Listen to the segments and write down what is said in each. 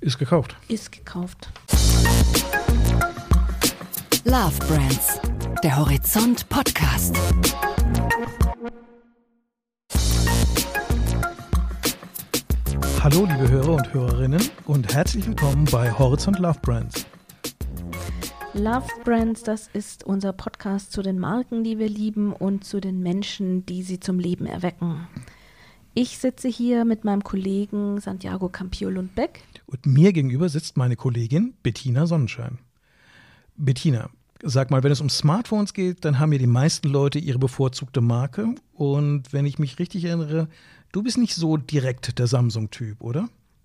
Ist gekauft. Ist gekauft. Love Brands, der Horizont Podcast. Hallo liebe Hörer und Hörerinnen und herzlich willkommen bei Horizont Love Brands. Love Brands, das ist unser Podcast zu den Marken, die wir lieben und zu den Menschen, die sie zum Leben erwecken. Ich sitze hier mit meinem Kollegen Santiago Campiol-Lundbeck. Und mir gegenüber sitzt meine Kollegin Bettina Sonnenschein. Bettina, sag mal, wenn es um Smartphones geht, dann haben ja die meisten Leute ihre bevorzugte Marke. Und wenn ich mich richtig erinnere, du bist nicht so direkt der Samsung-Typ, oder?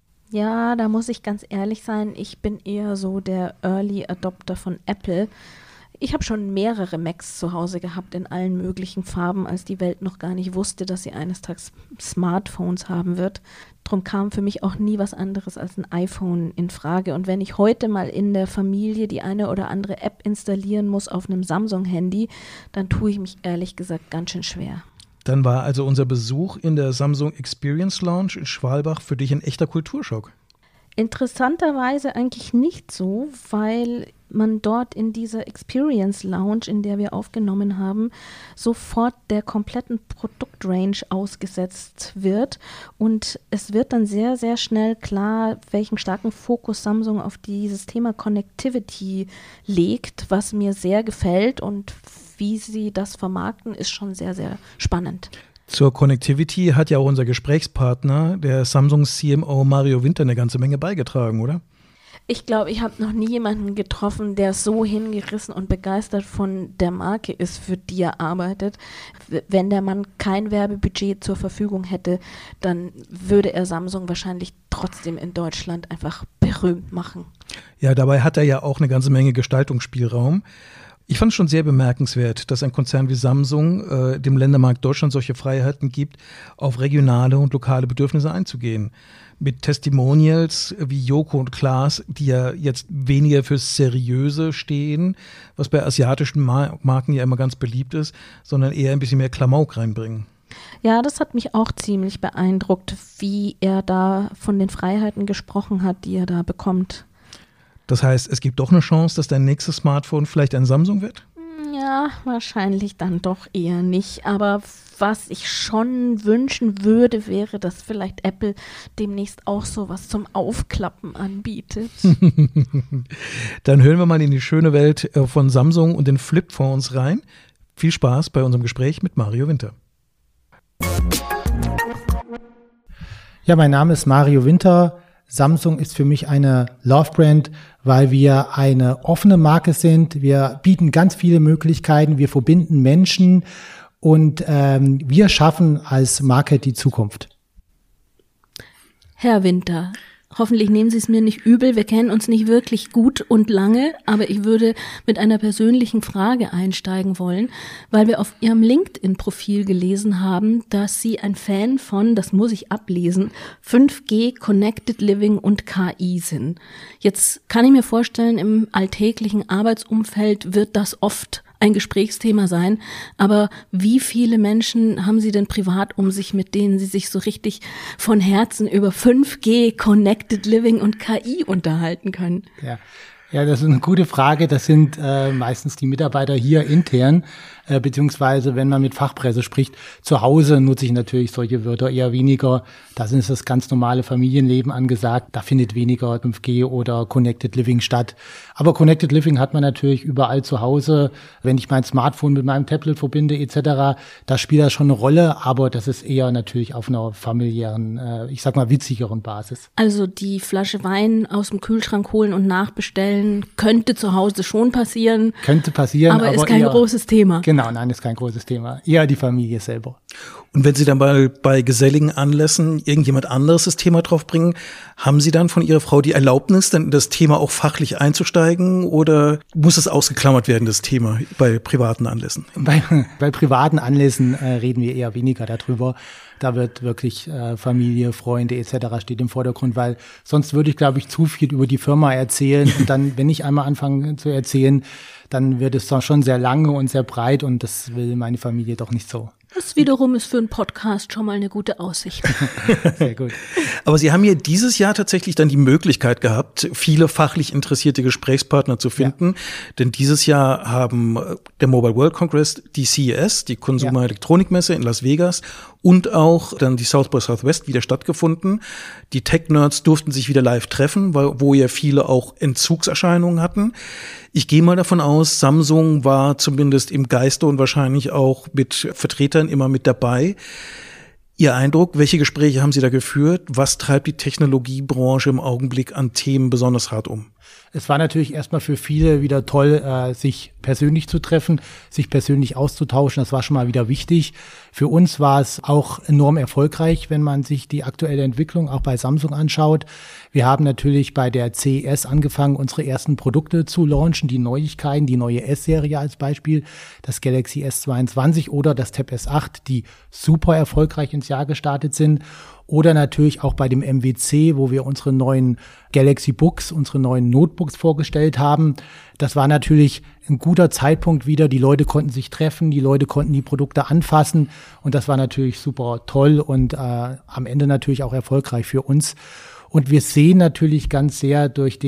Ja, da muss ich ganz ehrlich sein, ich bin eher so der Early Adopter von Apple. Ich habe schon mehrere Macs zu Hause gehabt in allen möglichen Farben, als die Welt noch gar nicht wusste, dass sie eines Tages Smartphones haben wird. Drum kam für mich auch nie was anderes als ein iPhone in Frage. Und wenn ich heute mal in der Familie die eine oder andere App installieren muss auf einem Samsung-Handy, dann tue ich mich ehrlich gesagt ganz schön schwer. Dann war also unser Besuch in der Samsung Experience Lounge in Schwalbach für dich ein echter Kulturschock. Interessanterweise eigentlich nicht so, weil man dort in dieser Experience Lounge, in der wir aufgenommen haben, sofort der kompletten Produktrange ausgesetzt wird. Und es wird dann sehr, sehr schnell klar, welchen starken Fokus Samsung auf dieses Thema Connectivity legt, was mir sehr gefällt, und wie sie das vermarkten, ist schon sehr, sehr spannend. Zur Connectivity hat ja auch unser Gesprächspartner, der Samsung CMO Mario Winter, eine ganze Menge beigetragen, oder? Ich glaube, ich habe noch nie jemanden getroffen, der so hingerissen und begeistert von der Marke ist, für die er arbeitet. Wenn der Mann kein Werbebudget zur Verfügung hätte, dann würde er Samsung wahrscheinlich trotzdem in Deutschland einfach berühmt machen. Ja, dabei hat er ja auch eine ganze Menge Gestaltungsspielraum. Ich fand es schon sehr bemerkenswert, dass ein Konzern wie Samsung dem Ländermarkt Deutschland solche Freiheiten gibt, auf regionale und lokale Bedürfnisse einzugehen. Mit Testimonials wie Joko und Klaas, die ja jetzt weniger fürs Seriöse stehen, was bei asiatischen Marken ja immer ganz beliebt ist, sondern eher ein bisschen mehr Klamauk reinbringen. Ja, das hat mich auch ziemlich beeindruckt, wie er da von den Freiheiten gesprochen hat, die er da bekommt. Das heißt, es gibt doch eine Chance, dass dein nächstes Smartphone vielleicht ein Samsung wird? Ja, wahrscheinlich dann doch eher nicht. Aber was ich schon wünschen würde, wäre, dass vielleicht Apple demnächst auch sowas zum Aufklappen anbietet. Dann hören wir mal in die schöne Welt von Samsung und den Flipphones rein. Viel Spaß bei unserem Gespräch mit Mario Winter. Ja, mein Name ist Mario Winter. Samsung ist für mich eine Love-Brand, weil wir eine offene Marke sind. Wir bieten ganz viele Möglichkeiten, wir verbinden Menschen und wir schaffen als Marke die Zukunft. Herr Winter, hoffentlich nehmen Sie es mir nicht übel, wir kennen uns nicht wirklich gut und lange, aber ich würde mit einer persönlichen Frage einsteigen wollen, weil wir auf Ihrem LinkedIn-Profil gelesen haben, dass Sie ein Fan von, das muss ich ablesen, 5G, Connected Living und KI sind. Jetzt kann ich mir vorstellen, im alltäglichen Arbeitsumfeld wird das oft ein Gesprächsthema sein, aber wie viele Menschen haben Sie denn privat um sich, mit denen Sie sich so richtig von Herzen über 5G, Connected Living und KI unterhalten können? Ja, das ist eine gute Frage. Das sind meistens die Mitarbeiter hier intern, beziehungsweise wenn man mit Fachpresse spricht. Zu Hause nutze ich natürlich solche Wörter eher weniger. Da ist das ganz normale Familienleben angesagt. Da findet weniger 5G oder Connected Living statt. Aber Connected Living hat man natürlich überall zu Hause. Wenn ich mein Smartphone mit meinem Tablet verbinde etc., da spielt das schon eine Rolle. Aber das ist eher natürlich auf einer familiären, ich sag mal witzigeren Basis. Also die Flasche Wein aus dem Kühlschrank holen und nachbestellen könnte zu Hause schon passieren. Könnte passieren, aber ist kein großes Thema. Genau, nein, ist kein großes Thema. Eher die Familie selber. Und wenn Sie dann bei geselligen Anlässen irgendjemand anderes das Thema draufbringen, haben Sie dann von Ihrer Frau die Erlaubnis, dann in das Thema auch fachlich einzusteigen, oder muss es ausgeklammert werden, das Thema, bei privaten Anlässen? Bei privaten Anlässen reden wir eher weniger darüber. Da wird wirklich Familie, Freunde etc. steht im Vordergrund, weil sonst würde ich, glaube ich, zu viel über die Firma erzählen. Und dann, wenn ich einmal anfange zu erzählen, dann wird es doch schon sehr lange und sehr breit, und das will meine Familie doch nicht so. Das wiederum ist für einen Podcast schon mal eine gute Aussicht. Sehr gut. Aber Sie haben ja dieses Jahr tatsächlich dann die Möglichkeit gehabt, viele fachlich interessierte Gesprächspartner zu finden. Ja. Denn dieses Jahr haben der Mobile World Congress, die CES, die Consumer Elektronikmesse in Las Vegas und auch dann die South by Southwest wieder stattgefunden. Die Tech-Nerds durften sich wieder live treffen, wo ja viele auch Entzugserscheinungen hatten. Ich gehe mal davon aus, Samsung war zumindest im Geiste und wahrscheinlich auch mit Vertretern immer mit dabei. Ihr Eindruck, welche Gespräche haben Sie da geführt? Was treibt die Technologiebranche im Augenblick an Themen besonders hart um? Es war natürlich erstmal für viele wieder toll, sich persönlich zu treffen, sich persönlich auszutauschen. Das war schon mal wieder wichtig. Für uns war es auch enorm erfolgreich, wenn man sich die aktuelle Entwicklung auch bei Samsung anschaut. Wir haben natürlich bei der CES angefangen, unsere ersten Produkte zu launchen, die Neuigkeiten, die neue S-Serie als Beispiel, das Galaxy S22 oder das Tab S8, die super erfolgreich ins Jahr gestartet sind. Oder natürlich auch bei dem MWC, wo wir unsere neuen Galaxy Books, unsere neuen Notebooks vorgestellt haben. Das war natürlich ein guter Zeitpunkt wieder. Die Leute konnten sich treffen, die Leute konnten die Produkte anfassen. Und das war natürlich super toll und am Ende natürlich auch erfolgreich für uns. Und wir sehen natürlich ganz sehr durch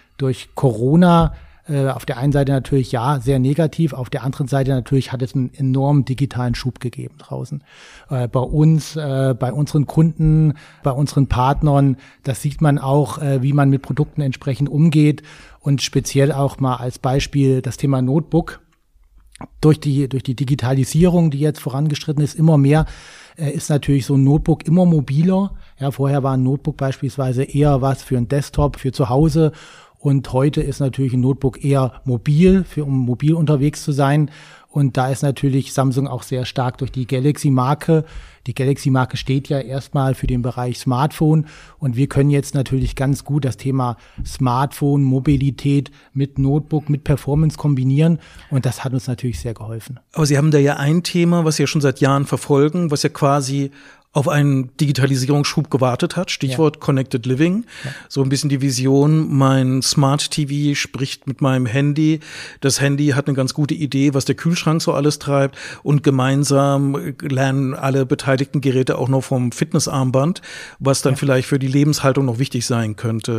Corona, auf der einen Seite natürlich sehr negativ, auf der anderen Seite natürlich hat es einen enormen digitalen Schub gegeben draußen. Bei uns, bei unseren Kunden, bei unseren Partnern, das sieht man auch, wie man mit Produkten entsprechend umgeht und speziell auch mal als Beispiel das Thema Notebook. Durch die Digitalisierung, die jetzt vorangeschritten ist, immer mehr, ist natürlich so ein Notebook immer mobiler. Ja, vorher war ein Notebook beispielsweise eher was für einen Desktop, für zu Hause. Und heute ist natürlich ein Notebook eher mobil, um mobil unterwegs zu sein. Und da ist natürlich Samsung auch sehr stark durch die Galaxy-Marke. Die Galaxy-Marke steht ja erstmal für den Bereich Smartphone. Und wir können jetzt natürlich ganz gut das Thema Smartphone, Mobilität mit Notebook, mit Performance kombinieren. Und das hat uns natürlich sehr geholfen. Aber Sie haben da ja ein Thema, was Sie ja schon seit Jahren verfolgen, was ja quasi auf einen Digitalisierungsschub gewartet hat, Stichwort Connected Living. Ja. So ein bisschen die Vision, mein Smart TV spricht mit meinem Handy. Das Handy hat eine ganz gute Idee, was der Kühlschrank so alles treibt. Und gemeinsam lernen alle beteiligten Geräte auch noch vom Fitnessarmband, was dann vielleicht für die Lebenshaltung noch wichtig sein könnte.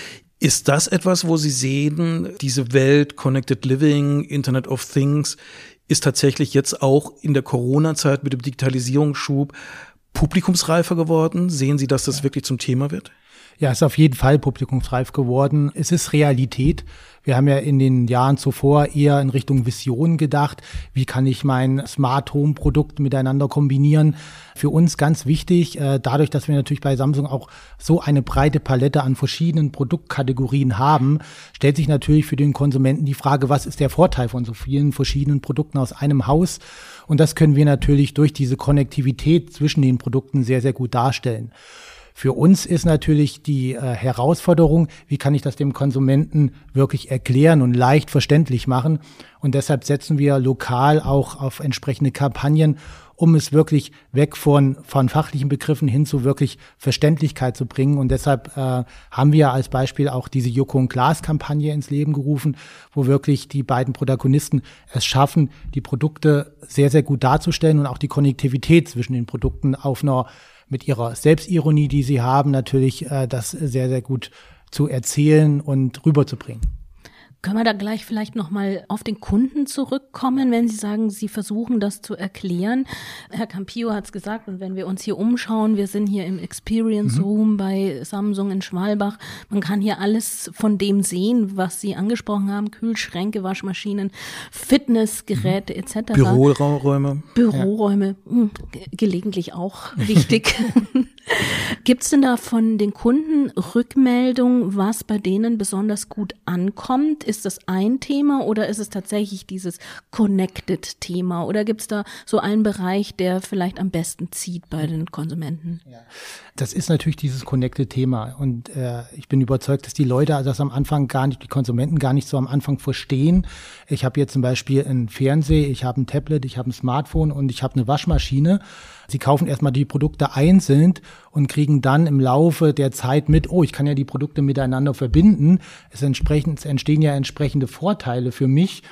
Ist das etwas, wo Sie sehen, diese Welt, Connected Living, Internet of Things, ist tatsächlich jetzt auch in der Corona-Zeit mit dem Digitalisierungsschub publikumsreifer geworden? Sehen Sie, dass das wirklich zum Thema wird? Ja, ist auf jeden Fall publikumsreif geworden. Es ist Realität. Wir haben ja in den Jahren zuvor eher in Richtung Vision gedacht. Wie kann ich mein Smart Home Produkt miteinander kombinieren? Für uns ganz wichtig, dadurch, dass wir natürlich bei Samsung auch so eine breite Palette an verschiedenen Produktkategorien haben, stellt sich natürlich für den Konsumenten die Frage, was ist der Vorteil von so vielen verschiedenen Produkten aus einem Haus? Und das können wir natürlich durch diese Konnektivität zwischen den Produkten sehr, sehr gut darstellen. Für uns ist natürlich die Herausforderung, wie kann ich das dem Konsumenten wirklich erklären und leicht verständlich machen? Und deshalb setzen wir lokal auch auf entsprechende Kampagnen, um es wirklich weg von fachlichen Begriffen hin zu wirklich Verständlichkeit zu bringen. Und deshalb haben wir als Beispiel auch diese Joko und Glas-Kampagne ins Leben gerufen, wo wirklich die beiden Protagonisten es schaffen, die Produkte sehr, sehr gut darzustellen und auch die Konnektivität zwischen den Produkten auf einer mit ihrer Selbstironie, die sie haben, natürlich das sehr, sehr gut zu erzählen und rüberzubringen. Können wir da gleich vielleicht nochmal auf den Kunden zurückkommen, wenn Sie sagen, Sie versuchen das zu erklären? Herr Campillo hat es gesagt, und wenn wir uns hier umschauen, wir sind hier im Experience Room bei Samsung in Schwalbach. Man kann hier alles von dem sehen, was Sie angesprochen haben, Kühlschränke, Waschmaschinen, Fitnessgeräte etc. Büroräume. Gelegentlich auch wichtig. Gibt es denn da von den Kunden Rückmeldung, was bei denen besonders gut ankommt? Ist das ein Thema oder ist es tatsächlich dieses Connected-Thema? Oder gibt es da so einen Bereich, der vielleicht am besten zieht bei den Konsumenten? Ja. Das ist natürlich dieses Connected-Thema. Und ich bin überzeugt, dass die Leute das am Anfang die Konsumenten gar nicht so am Anfang verstehen. Ich habe jetzt zum Beispiel einen Fernseher, ich habe ein Tablet, ich habe ein Smartphone und ich habe eine Waschmaschine. Sie kaufen erstmal die Produkte einzeln und kriegen dann im Laufe der Zeit mit, ich kann ja die Produkte miteinander verbinden. Es entstehen ja entsprechende Vorteile für mich.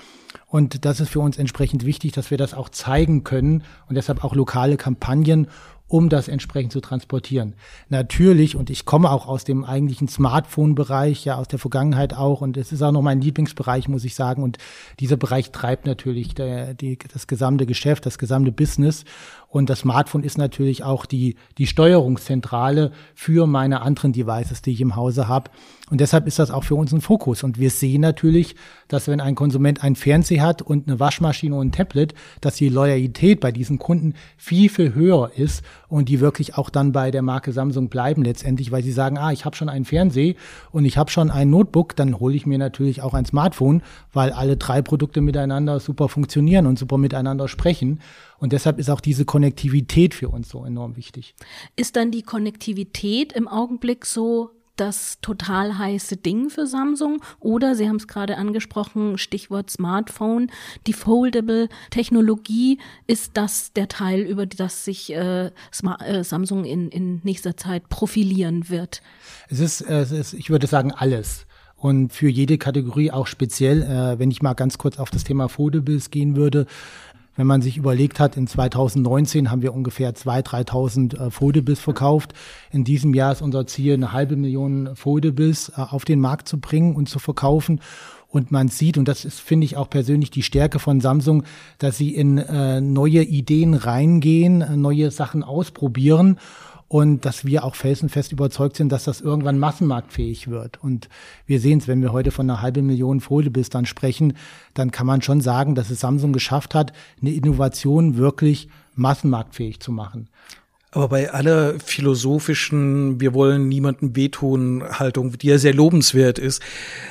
Und das ist für uns entsprechend wichtig, dass wir das auch zeigen können und deshalb auch lokale Kampagnen, um das entsprechend zu transportieren. Natürlich, und ich komme auch aus dem eigentlichen Smartphone-Bereich, ja aus der Vergangenheit auch, und es ist auch noch mein Lieblingsbereich, muss ich sagen, und dieser Bereich treibt natürlich das gesamte Geschäft, das gesamte Business, und das Smartphone ist natürlich auch die Steuerungszentrale für meine anderen Devices, die ich im Hause habe. Und deshalb ist das auch für uns ein Fokus. Und wir sehen natürlich, dass wenn ein Konsument einen Fernseher hat und eine Waschmaschine und ein Tablet, dass die Loyalität bei diesen Kunden viel, viel höher ist und die wirklich auch dann bei der Marke Samsung bleiben letztendlich, weil sie sagen, ich habe schon einen Fernseher und ich habe schon ein Notebook, dann hole ich mir natürlich auch ein Smartphone, weil alle 3 Produkte miteinander super funktionieren und super miteinander sprechen. Und deshalb ist auch diese Konnektivität für uns so enorm wichtig. Ist dann die Konnektivität im Augenblick so das total heiße Ding für Samsung? Oder, Sie haben es gerade angesprochen, Stichwort Smartphone, die Foldable-Technologie, ist das der Teil, über das sich Samsung in nächster Zeit profilieren wird? Es ist, ich würde sagen, alles. Und für jede Kategorie auch speziell, wenn ich mal ganz kurz auf das Thema Foldables gehen würde, wenn man sich überlegt hat, in 2019 haben wir ungefähr 2.000, 3.000 Foldables verkauft. In diesem Jahr ist unser Ziel, 500.000 Foldables auf den Markt zu bringen und zu verkaufen. Und man sieht, und das ist, finde ich, auch persönlich die Stärke von Samsung, dass sie in neue Ideen reingehen, neue Sachen ausprobieren. Und dass wir auch felsenfest überzeugt sind, dass das irgendwann massenmarktfähig wird. Und wir sehen es, wenn wir heute von 500.000 Foldables dann sprechen, dann kann man schon sagen, dass es Samsung geschafft hat, eine Innovation wirklich massenmarktfähig zu machen. Aber bei aller philosophischen, wir wollen niemandem wehtun Haltung, die ja sehr lobenswert ist,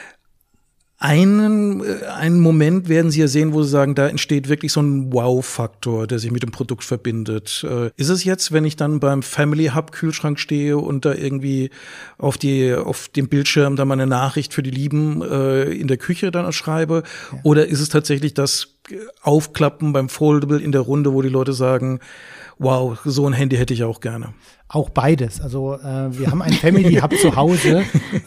einen Moment werden Sie ja sehen, wo Sie sagen, da entsteht wirklich so ein Wow-Faktor, der sich mit dem Produkt verbindet. Ist es jetzt, wenn ich dann beim Family Hub Kühlschrank stehe und da irgendwie auf dem Bildschirm dann mal eine Nachricht für die Lieben in der Küche dann schreibe? Ja. Oder ist es tatsächlich das Aufklappen beim Foldable in der Runde, wo die Leute sagen, wow, so ein Handy hätte ich auch gerne? Auch beides. Also wir haben ein Family Hub zu Hause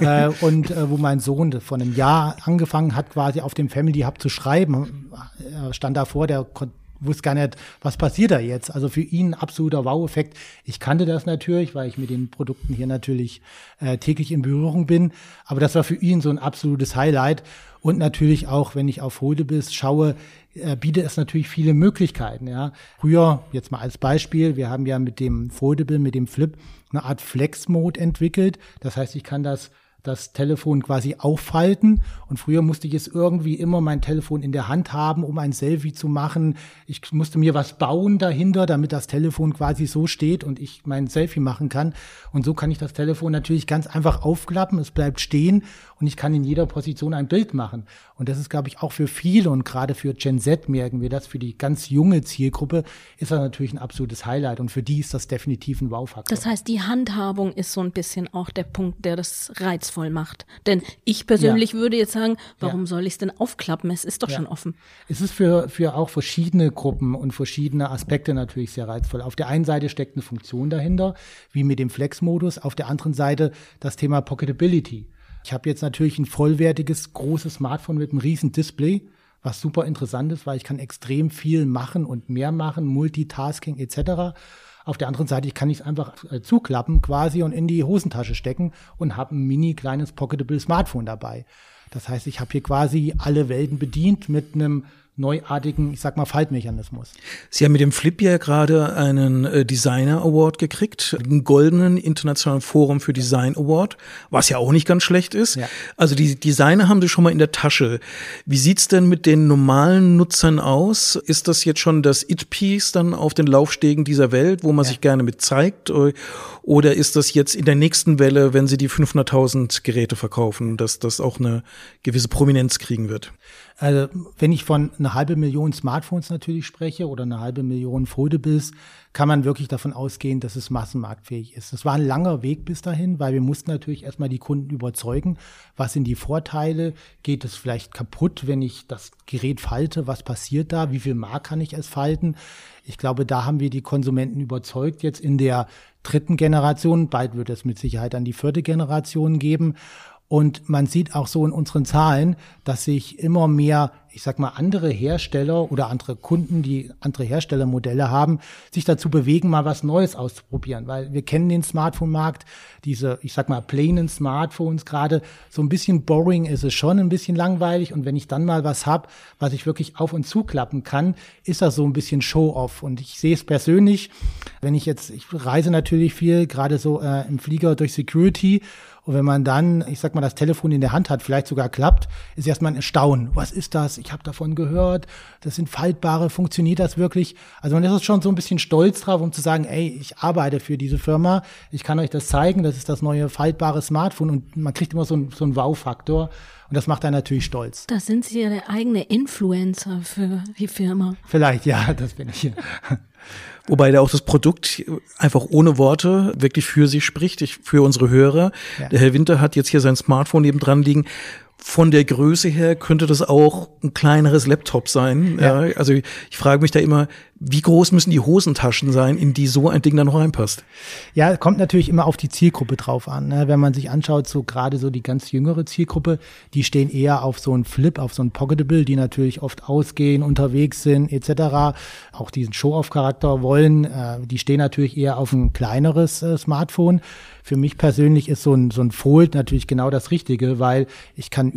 und wo mein Sohn vor einem Jahr angefangen hat, quasi auf dem Family Hub zu schreiben, stand davor, der wusste gar nicht, was passiert da jetzt. Also für ihn ein absoluter Wow-Effekt. Ich kannte das natürlich, weil ich mit den Produkten hier natürlich täglich in Berührung bin. Aber das war für ihn so ein absolutes Highlight. Und natürlich auch, wenn ich auf Foldables schaue, bietet es natürlich viele Möglichkeiten. Ja. Früher, jetzt mal als Beispiel, wir haben ja mit dem Foldable, mit dem Flip, eine Art Flex-Mode entwickelt. Das heißt, ich kann das Telefon quasi auffalten, und früher musste ich es irgendwie immer mein Telefon in der Hand haben, um ein Selfie zu machen. Ich musste mir was bauen dahinter, damit das Telefon quasi so steht und ich mein Selfie machen kann. Und so kann ich das Telefon natürlich ganz einfach aufklappen, es bleibt stehen und ich kann in jeder Position ein Bild machen. Und das ist, glaube ich, auch für viele und gerade für Gen Z merken wir das, für die ganz junge Zielgruppe ist das natürlich ein absolutes Highlight und für die ist das definitiv ein Wow-Faktor. Das heißt, die Handhabung ist so ein bisschen auch der Punkt, der das reizvoll macht. Denn ich persönlich würde jetzt sagen, warum soll ich es denn aufklappen? Es ist doch schon offen. Es ist für auch verschiedene Gruppen und verschiedene Aspekte natürlich sehr reizvoll. Auf der einen Seite steckt eine Funktion dahinter, wie mit dem Flex-Modus. Auf der anderen Seite das Thema Pocketability. Ich habe jetzt natürlich ein vollwertiges, großes Smartphone mit einem riesen Display, was super interessant ist, weil ich kann extrem viel machen und mehr machen, Multitasking etc. Auf der anderen Seite kann ich es einfach zuklappen quasi und in die Hosentasche stecken und habe ein mini kleines Pocketable Smartphone dabei. Das heißt, ich habe hier quasi alle Welten bedient mit einem neuartigen, ich sag mal, Faltmechanismus. Sie haben mit dem Flip ja gerade einen Designer Award gekriegt, einen goldenen internationalen Forum für Design Award, was ja auch nicht ganz schlecht ist. Ja. Also die Designer haben Sie schon mal in der Tasche. Wie sieht's denn mit den normalen Nutzern aus? Ist das jetzt schon das It-Piece dann auf den Laufstegen dieser Welt, wo man sich gerne mit zeigt? Oder ist das jetzt in der nächsten Welle, wenn Sie die 500.000 Geräte verkaufen, dass das auch eine gewisse Prominenz kriegen wird? Also wenn ich von 500.000 Smartphones natürlich spreche oder 500.000 Foldables, kann man wirklich davon ausgehen, dass es massenmarktfähig ist. Es war ein langer Weg bis dahin, weil wir mussten natürlich erstmal die Kunden überzeugen, was sind die Vorteile, geht es vielleicht kaputt, wenn ich das Gerät falte, was passiert da, wie viel Mark kann ich es falten. Ich glaube, da haben wir die Konsumenten überzeugt, jetzt in der 3. Generation, bald wird es mit Sicherheit dann die 4. Generation geben. Und man sieht auch so in unseren Zahlen, dass sich immer mehr, ich sag mal, andere Hersteller oder andere Kunden, die andere Herstellermodelle haben, sich dazu bewegen, mal was Neues auszuprobieren. Weil wir kennen den Smartphone-Markt, diese, ich sag mal, plainen Smartphones gerade, so ein bisschen boring ist es schon, ein bisschen langweilig. Und wenn ich dann mal was habe, was ich wirklich auf und zuklappen kann, ist das so ein bisschen Show-off. Und ich sehe es persönlich, wenn ich reise natürlich viel, gerade so im Flieger durch Security. Und wenn man dann, ich sag mal, das Telefon in der Hand hat, vielleicht sogar klappt, ist erstmal ein Erstaunen. Was ist das? Ich habe davon gehört. Das sind faltbare. Funktioniert das wirklich? Also man ist schon so ein bisschen stolz drauf, um zu sagen, ey, ich arbeite für diese Firma. Ich kann euch das zeigen. Das ist das neue faltbare Smartphone. Und man kriegt immer so einen Wow-Faktor. Und das macht einen natürlich stolz. Da sind Sie ja der eigene Influencer für die Firma. Vielleicht, ja, das bin ich. Wobei da auch das Produkt einfach ohne Worte wirklich für sich spricht, für unsere Hörer. Ja. Der Herr Winter hat jetzt hier sein Smartphone nebendran liegen. Von der Größe her könnte das auch ein kleineres Laptop sein. Ja. Ja, also ich frage mich da immer, wie groß müssen die Hosentaschen sein, in die so ein Ding dann noch reinpasst? Ja, kommt natürlich immer auf die Zielgruppe drauf an. Ne? Wenn man sich anschaut, so gerade so die ganz jüngere Zielgruppe, die stehen eher auf so einen Flip, auf so einen Pocketable, die natürlich oft ausgehen, unterwegs sind etc. Auch diesen Show-off-Charakter wollen. Die stehen natürlich eher auf ein kleineres Smartphone. Für mich persönlich ist so ein Fold natürlich genau das Richtige, weil ich kann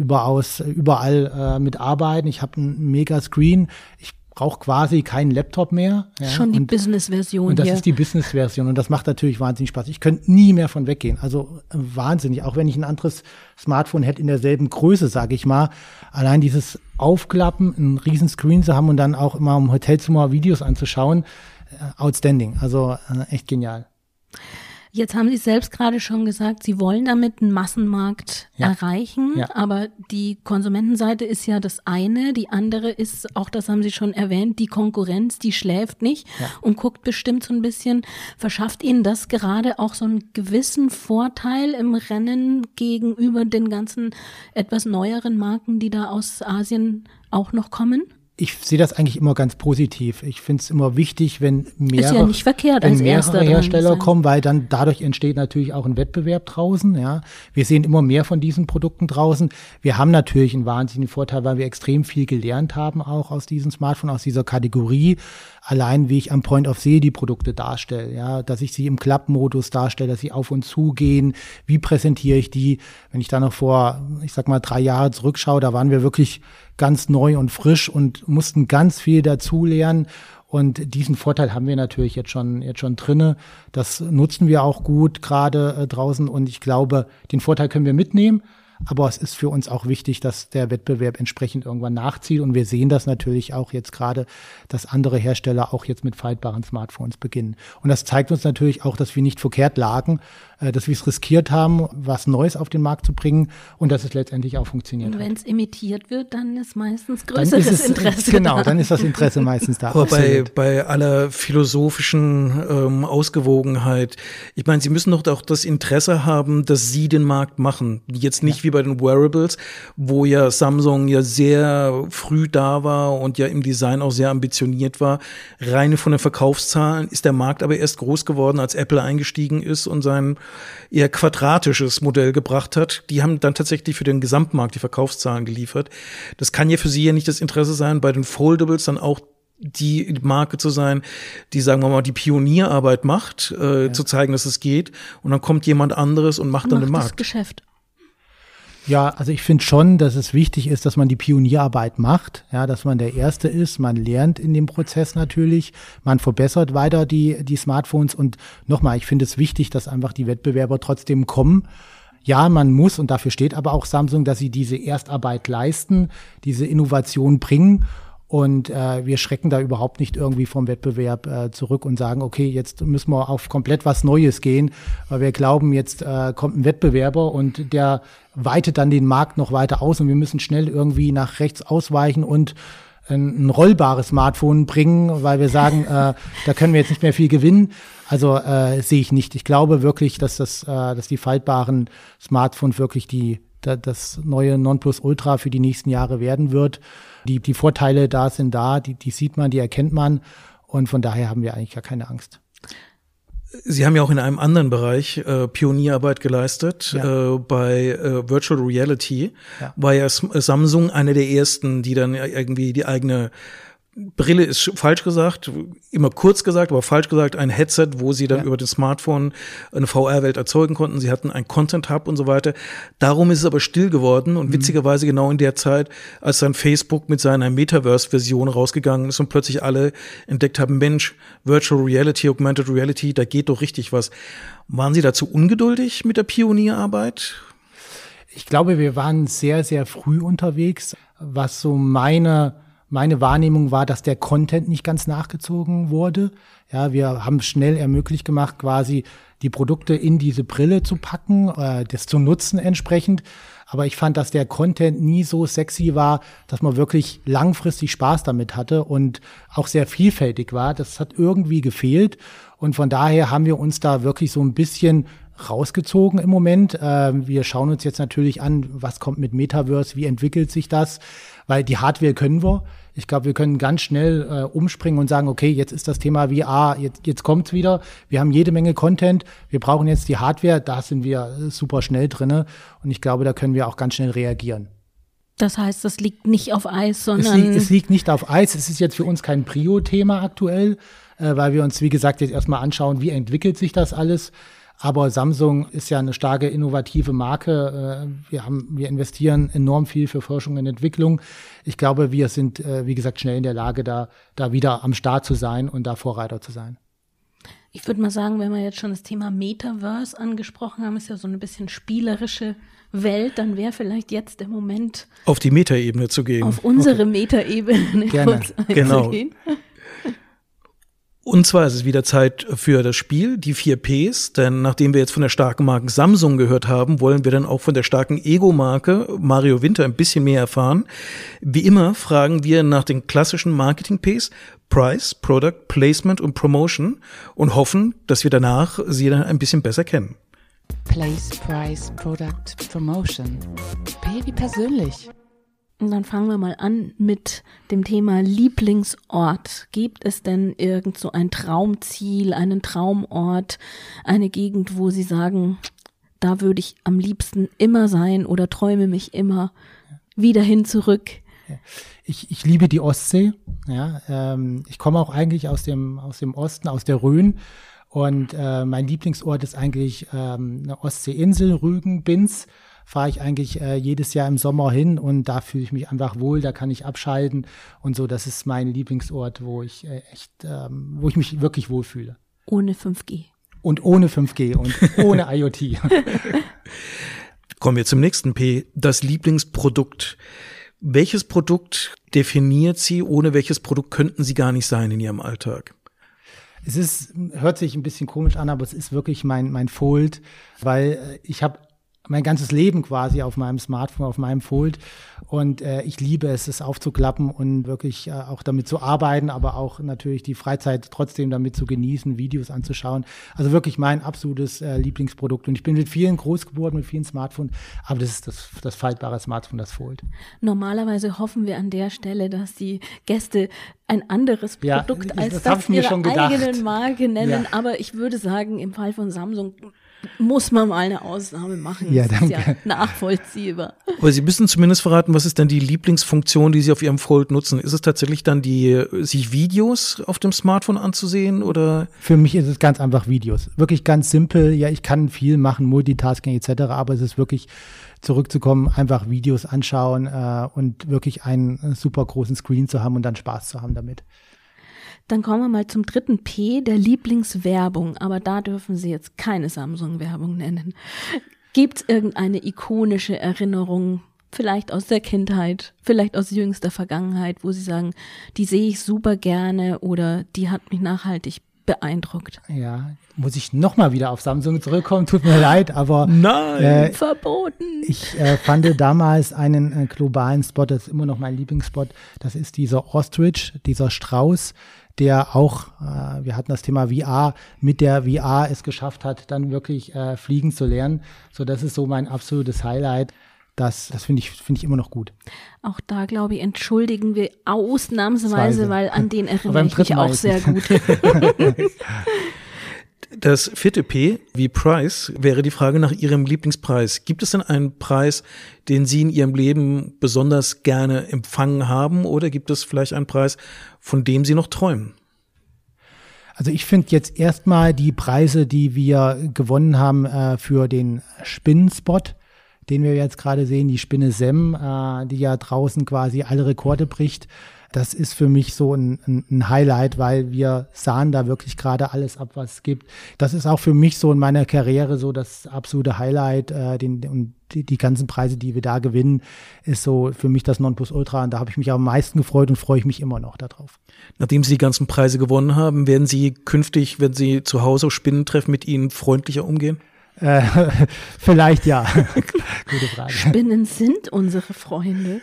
überall mitarbeiten. Ich habe einen Mega-Screen. Ich brauche quasi keinen Laptop mehr. Ja, schon die Business-Version. Und das ist die Business-Version und das macht natürlich wahnsinnig Spaß. Ich könnte nie mehr von weggehen. Also wahnsinnig. Auch wenn ich ein anderes Smartphone hätte in derselben Größe, sage ich mal. Allein dieses Aufklappen, einen riesen Screen zu haben und dann auch immer im Hotelzimmer Videos anzuschauen, outstanding. Also echt genial. Jetzt haben Sie selbst gerade schon gesagt, Sie wollen damit einen Massenmarkt erreichen, aber die Konsumentenseite ist ja das eine, die andere ist, auch das haben Sie schon erwähnt, die Konkurrenz, die schläft nicht und guckt bestimmt so ein bisschen, verschafft Ihnen das gerade auch so einen gewissen Vorteil im Rennen gegenüber den ganzen etwas neueren Marken, die da aus Asien auch noch kommen? Ich sehe das eigentlich immer ganz positiv. Ich finde es immer wichtig, wenn mehrere Hersteller kommen, weil dann dadurch entsteht natürlich auch ein Wettbewerb draußen. Ja, wir sehen immer mehr von diesen Produkten draußen. Wir haben natürlich einen wahnsinnigen Vorteil, weil wir extrem viel gelernt haben, auch aus diesem Smartphone, aus dieser Kategorie. Allein wie ich am Point of Sale die Produkte darstelle, ja, dass ich sie im Klappmodus darstelle, dass sie auf und zu gehen. Wie präsentiere ich die? Wenn ich da noch vor, ich sag mal, 3 Jahre zurückschaue, da waren wir wirklich ganz neu und frisch und mussten ganz viel dazulernen. Und diesen Vorteil haben wir natürlich jetzt schon drinne. Das nutzen wir auch gut gerade draußen. Und ich glaube, den Vorteil können wir mitnehmen. Aber es ist für uns auch wichtig, dass der Wettbewerb entsprechend irgendwann nachzieht. Und wir sehen das natürlich auch jetzt gerade, dass andere Hersteller auch jetzt mit faltbaren Smartphones beginnen. Und das zeigt uns natürlich auch, dass wir nicht verkehrt lagen, dass wir es riskiert haben, was Neues auf den Markt zu bringen und dass es letztendlich auch funktioniert hat. Und wenn es imitiert wird, dann ist meistens größeres Interesse genau, dann ist das Interesse meistens da. Aber bei aller philosophischen Ausgewogenheit, ich meine, Sie müssen doch auch das Interesse haben, dass Sie den Markt machen. Jetzt nicht wie bei den Wearables, wo ja Samsung ja sehr früh da war und ja im Design auch sehr ambitioniert war. Reine von den Verkaufszahlen ist der Markt aber erst groß geworden, als Apple eingestiegen ist und sein eher quadratisches Modell gebracht hat. Die haben dann tatsächlich für den Gesamtmarkt die Verkaufszahlen geliefert. Das kann ja für Sie ja nicht das Interesse sein, bei den Foldables dann auch die Marke zu sein, die, sagen wir mal, die Pionierarbeit macht, zu zeigen, dass es geht. Und dann kommt jemand anderes und macht dann den Markt. Das Geschäft. Ja, also ich finde schon, dass es wichtig ist, dass man die Pionierarbeit macht, ja, dass man der Erste ist, man lernt in dem Prozess natürlich, man verbessert weiter die Smartphones und nochmal, ich finde es wichtig, dass einfach die Wettbewerber trotzdem kommen. Ja, man muss, und dafür steht aber auch Samsung, dass sie diese Erstarbeit leisten, diese Innovation bringen. Und wir schrecken da überhaupt nicht irgendwie vom Wettbewerb zurück und sagen, okay, jetzt müssen wir auf komplett was Neues gehen, weil wir glauben, jetzt kommt ein Wettbewerber und der weitet dann den Markt noch weiter aus und wir müssen schnell irgendwie nach rechts ausweichen und ein rollbares Smartphone bringen, weil wir sagen, da können wir jetzt nicht mehr viel gewinnen. Also sehe ich nicht. Ich glaube wirklich, dass die faltbaren Smartphones wirklich das neue Nonplusultra für die nächsten Jahre werden wird. Die Vorteile die sieht man, die erkennt man und von daher haben wir eigentlich gar keine Angst. Sie haben ja auch in einem anderen Bereich Pionierarbeit geleistet. Bei Virtual Reality war ja Samsung eine der ersten, die dann irgendwie die eigene Brille ist falsch gesagt, immer kurz gesagt, aber falsch gesagt, ein Headset, wo sie dann über das Smartphone eine VR-Welt erzeugen konnten. Sie hatten ein Content-Hub und so weiter. Darum ist es aber still geworden und witzigerweise genau in der Zeit, als dann Facebook mit seiner Metaverse-Version rausgegangen ist und plötzlich alle entdeckt haben, Mensch, Virtual Reality, Augmented Reality, da geht doch richtig was. Waren Sie dazu ungeduldig mit der Pionierarbeit? Ich glaube, wir waren sehr, sehr früh unterwegs, was so meine Wahrnehmung war, dass der Content nicht ganz nachgezogen wurde. Ja, wir haben schnell ermöglicht gemacht, quasi die Produkte in diese Brille zu packen, das zu nutzen entsprechend. Aber ich fand, dass der Content nie so sexy war, dass man wirklich langfristig Spaß damit hatte und auch sehr vielfältig war. Das hat irgendwie gefehlt. Und von daher haben wir uns da wirklich so ein bisschen rausgezogen im Moment. Wir schauen uns jetzt natürlich an, was kommt mit Metaverse, wie entwickelt sich das, weil die Hardware können wir. Ich glaube, wir können ganz schnell umspringen und sagen, okay, jetzt ist das Thema VR, jetzt kommt's wieder. Wir haben jede Menge Content, wir brauchen jetzt die Hardware, da sind wir super schnell drinne und ich glaube, da können wir auch ganz schnell reagieren. Das heißt, das liegt nicht auf Eis, sondern… Es liegt nicht auf Eis, es ist jetzt für uns kein Prio-Thema aktuell, weil wir uns, wie gesagt, jetzt erstmal anschauen, wie entwickelt sich das alles. Aber Samsung ist ja eine starke innovative Marke. Wir investieren enorm viel für Forschung und Entwicklung. Ich glaube, wir sind, wie gesagt, schnell in der Lage, da wieder am Start zu sein und da Vorreiter zu sein. Ich würde mal sagen, wenn wir jetzt schon das Thema Metaverse angesprochen haben, ist ja so ein bisschen spielerische Welt, dann wäre vielleicht jetzt der Moment, auf die Metaebene zu gehen. Auf unsere Metaebene kurz einzugehen. Genau. Und zwar ist es wieder Zeit für das Spiel, die 4 Ps, denn nachdem wir jetzt von der starken Marke Samsung gehört haben, wollen wir dann auch von der starken Ego-Marke Mario Winter ein bisschen mehr erfahren. Wie immer fragen wir nach den klassischen Marketing-Ps, Price, Product, Placement und Promotion und hoffen, dass wir danach sie dann ein bisschen besser kennen. Place, Price, Product, Promotion. P wie persönlich. Und dann fangen wir mal an mit dem Thema Lieblingsort. Gibt es denn irgend so ein Traumziel, einen Traumort, eine Gegend, wo Sie sagen, da würde ich am liebsten immer sein oder träume mich immer wieder hin zurück? Ich liebe die Ostsee. Ja, ich komme auch eigentlich aus dem Osten, aus der Rhön. Und mein Lieblingsort ist eigentlich eine Ostseeinsel, Rügen, Binz. Fahre ich eigentlich jedes Jahr im Sommer hin und da fühle ich mich einfach wohl, da kann ich abschalten und so. Das ist mein Lieblingsort, wo ich wo ich mich wirklich wohlfühle. Ohne 5G. Und ohne 5G und ohne IoT. Kommen wir zum nächsten P, das Lieblingsprodukt. Welches Produkt definiert Sie? Ohne welches Produkt könnten Sie gar nicht sein in Ihrem Alltag? Hört sich ein bisschen komisch an, aber es ist wirklich mein Fold, weil ich habe mein ganzes Leben quasi auf meinem Smartphone, auf meinem Fold. Und ich liebe es aufzuklappen und wirklich auch damit zu arbeiten, aber auch natürlich die Freizeit trotzdem damit zu genießen, Videos anzuschauen. Also wirklich mein absolutes Lieblingsprodukt. Und ich bin mit vielen groß geworden, mit vielen Smartphones, aber das ist das faltbare Smartphone, das Fold. Normalerweise hoffen wir an der Stelle, dass die Gäste ein anderes Produkt als das ihrer eigenen Marke nennen. Ja. Aber ich würde sagen, im Fall von Samsung muss man mal eine Ausnahme machen. Ja, das ist ja nachvollziehbar. Aber Sie müssen zumindest verraten, was ist denn die Lieblingsfunktion, die Sie auf Ihrem Fold nutzen? Ist es tatsächlich dann sich Videos auf dem Smartphone anzusehen oder? Für mich ist es ganz einfach Videos. Wirklich ganz simpel. Ja, ich kann viel machen, Multitasking etc., aber es ist wirklich zurückzukommen, einfach Videos anschauen und wirklich einen super großen Screen zu haben und dann Spaß zu haben damit. Dann kommen wir mal zum dritten P, der Lieblingswerbung. Aber da dürfen Sie jetzt keine Samsung-Werbung nennen. Gibt es irgendeine ikonische Erinnerung, vielleicht aus der Kindheit, vielleicht aus jüngster Vergangenheit, wo Sie sagen, die sehe ich super gerne oder die hat mich nachhaltig beeindruckt? Ja, muss ich nochmal wieder auf Samsung zurückkommen, tut mir leid, aber nein, verboten. Ich fand damals einen globalen Spot, das ist immer noch mein Lieblingsspot, das ist dieser Ostrich, dieser Strauß, der auch, wir hatten das Thema VR, mit der VR es geschafft hat, dann wirklich fliegen zu lernen. So, das ist so mein absolutes Highlight. Das finde ich immer noch gut. Auch da, glaube ich, entschuldigen wir ausnahmsweise, weil an den erinnere ich mich auch sehr gut. Das vierte P, wie Price, wäre die Frage nach Ihrem Lieblingspreis. Gibt es denn einen Preis, den Sie in Ihrem Leben besonders gerne empfangen haben, oder gibt es vielleicht einen Preis, von dem Sie noch träumen? Also ich finde jetzt erstmal die Preise, die wir gewonnen haben für den Spinnenspot, den wir jetzt gerade sehen, die Spinne Sem, die ja draußen quasi alle Rekorde bricht. Das ist für mich so ein Highlight, weil wir sahen da wirklich gerade alles ab, was es gibt. Das ist auch für mich so in meiner Karriere so das absolute Highlight. Und die ganzen Preise, die wir da gewinnen, ist so für mich das Nonplusultra. Und da habe ich mich am meisten gefreut und freue ich mich immer noch darauf. Nachdem Sie die ganzen Preise gewonnen haben, werden Sie künftig, wenn Sie zu Hause Spinnen treffen, mit ihnen freundlicher umgehen? Vielleicht ja. Gute Frage. Spinnen sind unsere Freunde.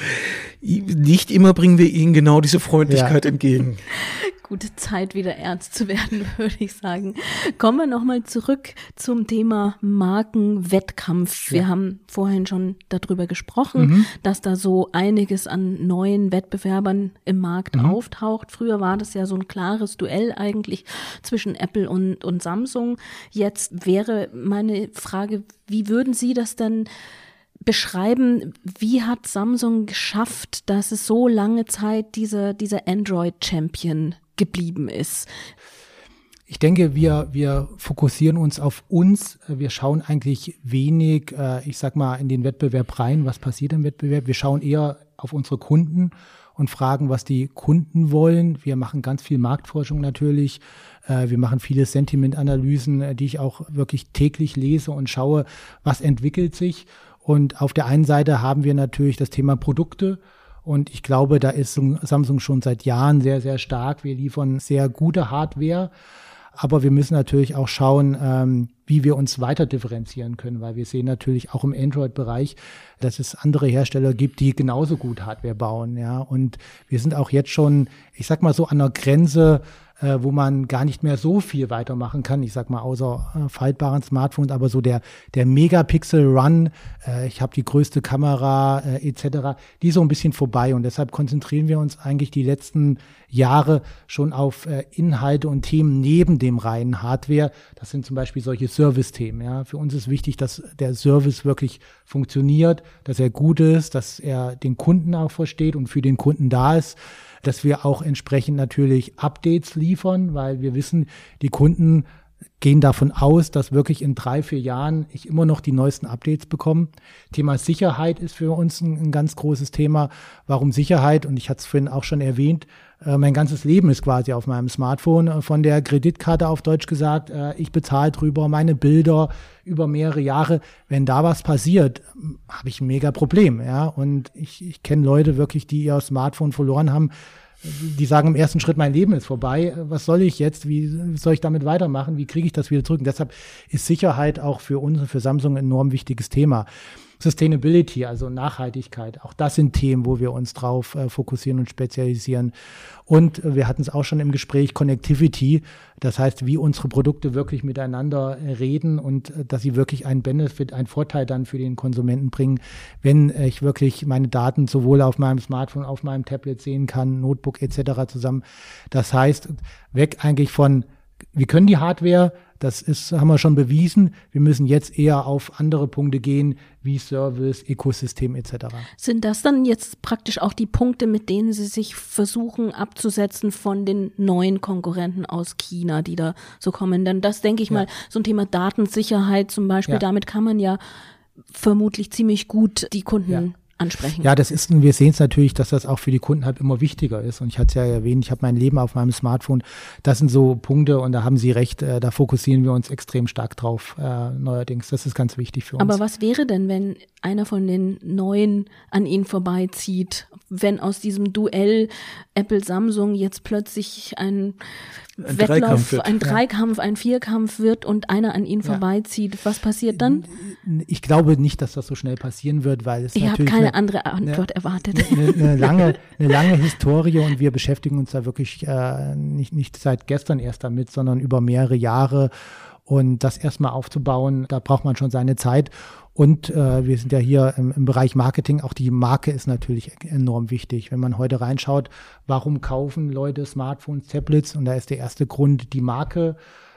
Nicht immer bringen wir ihnen genau diese Freundlichkeit entgegen. Gute Zeit, wieder ernst zu werden, würde ich sagen. Kommen wir nochmal zurück zum Thema Markenwettkampf. Wir haben vorhin schon darüber gesprochen, dass da so einiges an neuen Wettbewerbern im Markt auftaucht. Früher war das ja so ein klares Duell eigentlich zwischen Apple und Samsung. Jetzt wäre meine Frage, wie würden Sie das denn beschreiben, wie hat Samsung geschafft, dass es so lange Zeit dieser Android-Champion geblieben ist? Ich denke, wir fokussieren uns auf uns. Wir schauen eigentlich wenig, ich sag mal, in den Wettbewerb rein. Was passiert im Wettbewerb? Wir schauen eher auf unsere Kunden und fragen, was die Kunden wollen. Wir machen ganz viel Marktforschung natürlich. Wir machen viele Sentimentanalysen, die ich auch wirklich täglich lese und schaue, was entwickelt sich. Und auf der einen Seite haben wir natürlich das Thema Produkte. Und ich glaube, da ist Samsung schon seit Jahren sehr, sehr stark. Wir liefern sehr gute Hardware. Aber wir müssen natürlich auch schauen, wie wir uns weiter differenzieren können, weil wir sehen natürlich auch im Android-Bereich, dass es andere Hersteller gibt, die genauso gut Hardware bauen. Ja, und wir sind auch jetzt schon, ich sag mal so, an der Grenze, wo man gar nicht mehr so viel weitermachen kann. Ich sag mal, außer faltbaren Smartphones, aber so der Megapixel-Run, ich habe die größte Kamera etc., die ist so ein bisschen vorbei. Und deshalb konzentrieren wir uns eigentlich die letzten Jahre schon auf Inhalte und Themen neben dem reinen Hardware. Das sind zum Beispiel solche Service-Themen. Ja. Für uns ist wichtig, dass der Service wirklich funktioniert, dass er gut ist, dass er den Kunden auch versteht und für den Kunden da ist, dass wir auch entsprechend natürlich Updates liefern, weil wir wissen, die Kunden gehen davon aus, dass wirklich in 3-4 Jahren ich immer noch die neuesten Updates bekomme. Thema Sicherheit ist für uns ein ganz großes Thema. Warum Sicherheit? Und ich hatte es vorhin auch schon erwähnt, mein ganzes Leben ist quasi auf meinem Smartphone, von der Kreditkarte auf Deutsch gesagt, ich bezahle drüber, meine Bilder über mehrere Jahre. Wenn da was passiert, habe ich ein mega Problem. Ja? Und ich kenne Leute wirklich, die ihr Smartphone verloren haben, die sagen im ersten Schritt, mein Leben ist vorbei, was soll ich jetzt, wie soll ich damit weitermachen, wie kriege ich das wieder zurück? Und deshalb ist Sicherheit auch für uns und für Samsung ein enorm wichtiges Thema. Sustainability, also Nachhaltigkeit, auch das sind Themen, wo wir uns drauf fokussieren und spezialisieren. Und wir hatten es auch schon im Gespräch, Connectivity, das heißt, wie unsere Produkte wirklich miteinander reden und dass sie wirklich einen Benefit, einen Vorteil dann für den Konsumenten bringen, wenn ich wirklich meine Daten sowohl auf meinem Smartphone, auf meinem Tablet sehen kann, Notebook etc. zusammen. Das heißt, weg eigentlich von, wir können die Hardware, haben wir schon bewiesen. Wir müssen jetzt eher auf andere Punkte gehen, wie Service, Ökosystem etc. Sind das dann jetzt praktisch auch die Punkte, mit denen Sie sich versuchen abzusetzen von den neuen Konkurrenten aus China, die da so kommen? Denn das, denke ich mal, so ein Thema Datensicherheit zum Beispiel, damit kann man ja vermutlich ziemlich gut die Kunden ansprechen. Ja, wir sehen es natürlich, dass das auch für die Kunden halt immer wichtiger ist. Und ich hatte es ja erwähnt, ich habe mein Leben auf meinem Smartphone. Das sind so Punkte und da haben Sie recht, da fokussieren wir uns extrem stark drauf neuerdings. Das ist ganz wichtig für uns. Aber was wäre denn, wenn einer von den Neuen an Ihnen vorbeizieht, wenn aus diesem Duell Apple-Samsung jetzt plötzlich ein Wettlauf, ein Dreikampf, ein Vierkampf wird und einer an Ihnen vorbeizieht, was passiert dann? Ich glaube nicht, dass das so schnell passieren wird, weil es ich natürlich habe keine andere Antwort erwartet. Eine lange Historie und wir beschäftigen uns da wirklich nicht seit gestern erst damit, sondern über mehrere Jahre. Und das erstmal aufzubauen, da braucht man schon seine Zeit. Und wir sind ja hier im Bereich Marketing, auch die Marke ist natürlich enorm wichtig. Wenn man heute reinschaut, warum kaufen Leute Smartphones, Tablets? Und da ist der erste Grund die Marke.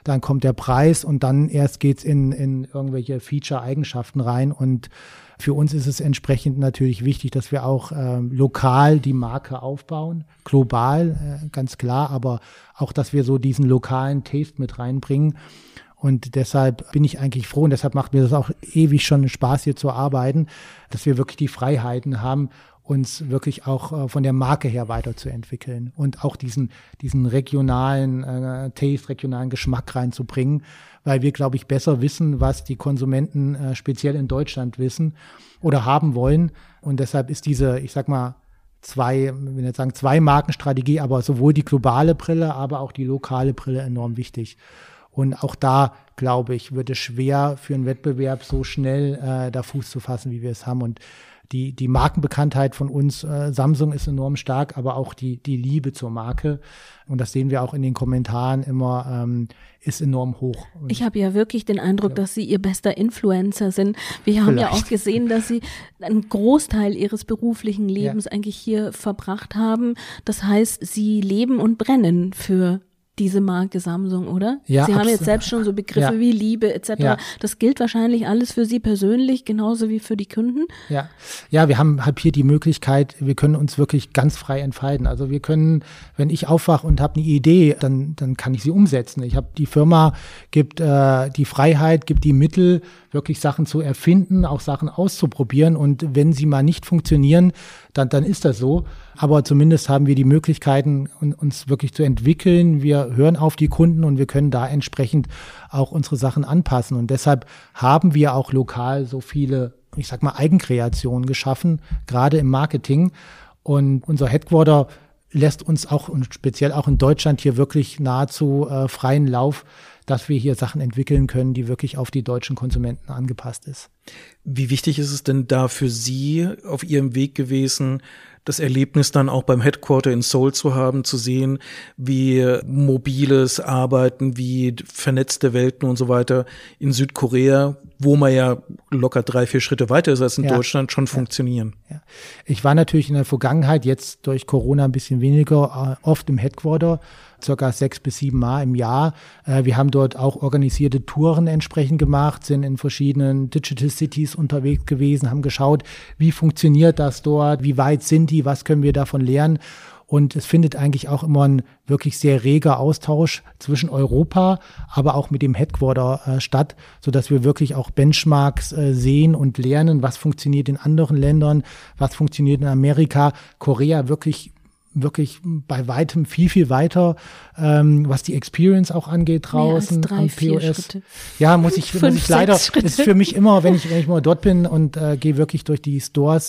dann kommt der Preis und dann erst geht's in irgendwelche Feature-Eigenschaften rein. Und für uns ist es entsprechend natürlich wichtig, dass wir auch lokal die Marke aufbauen, global, ganz klar, aber auch, dass wir so diesen lokalen Taste mit reinbringen. Und deshalb bin ich eigentlich froh und deshalb macht mir das auch ewig schon Spaß, hier zu arbeiten, dass wir wirklich die Freiheiten haben, uns wirklich auch von der Marke her weiterzuentwickeln und auch diesen regionalen Taste, regionalen Geschmack reinzubringen, weil wir, glaube ich, besser wissen, was die Konsumenten speziell in Deutschland wissen oder haben wollen. Und deshalb ist diese, ich sag mal, zwei Markenstrategie, aber sowohl die globale Brille, aber auch die lokale Brille enorm wichtig. Und auch da, glaube ich, wird es schwer für einen Wettbewerb so schnell da Fuß zu fassen, wie wir es haben. Und die Markenbekanntheit von uns, Samsung ist enorm stark, aber auch die Liebe zur Marke. Und das sehen wir auch in den Kommentaren immer, ist enorm hoch. Und ich habe ja wirklich den Eindruck, dass Sie Ihr bester Influencer sind. Wir haben ja auch gesehen, dass Sie einen Großteil Ihres beruflichen Lebens eigentlich hier verbracht haben. Das heißt, Sie leben und brennen für diese Marke Samsung, oder? Ja, Sie haben jetzt selbst schon so Begriffe wie Liebe etc. Ja. Das gilt wahrscheinlich alles für Sie persönlich, genauso wie für die Kunden. Ja, wir haben halt hier die Möglichkeit, wir können uns wirklich ganz frei entfalten. Also wir können, wenn ich aufwache und habe eine Idee, dann kann ich sie umsetzen. Die Firma gibt die Freiheit, gibt die Mittel, wirklich Sachen zu erfinden, auch Sachen auszuprobieren. Und wenn sie mal nicht funktionieren, dann ist das so. Aber zumindest haben wir die Möglichkeiten, uns wirklich zu entwickeln. Wir hören auf die Kunden und wir können da entsprechend auch unsere Sachen anpassen. Und deshalb haben wir auch lokal so viele, ich sag mal, Eigenkreationen geschaffen, gerade im Marketing. Und unser Headquarter lässt uns auch und speziell auch in Deutschland hier wirklich nahezu freien Lauf, dass wir hier Sachen entwickeln können, die wirklich auf die deutschen Konsumenten angepasst ist. Wie wichtig ist es denn da für Sie auf Ihrem Weg gewesen, das Erlebnis dann auch beim Headquarter in Seoul zu haben, zu sehen, wie mobiles Arbeiten, wie vernetzte Welten und so weiter in Südkorea, wo man ja locker 3-4 Schritte weiter ist als in Deutschland, schon funktionieren? Ja. Ich war natürlich in der Vergangenheit, jetzt durch Corona ein bisschen weniger, oft im Headquarter, circa 6 bis 7 Mal im Jahr. Wir haben dort auch organisierte Touren entsprechend gemacht, sind in verschiedenen Digital Cities unterwegs gewesen, haben geschaut, wie funktioniert das dort, wie weit sind die, was können wir davon lernen. Und es findet eigentlich auch immer ein wirklich sehr reger Austausch zwischen Europa, aber auch mit dem Headquarter statt, sodass wir wirklich auch Benchmarks sehen und lernen, was funktioniert in anderen Ländern, was funktioniert in Amerika, Korea wirklich bei weitem viel weiter, was die Experience auch angeht draußen am POS. Schritte. Ja, muss ich leider, das ist für mich immer, wenn ich mal dort bin und gehe wirklich durch die Stores,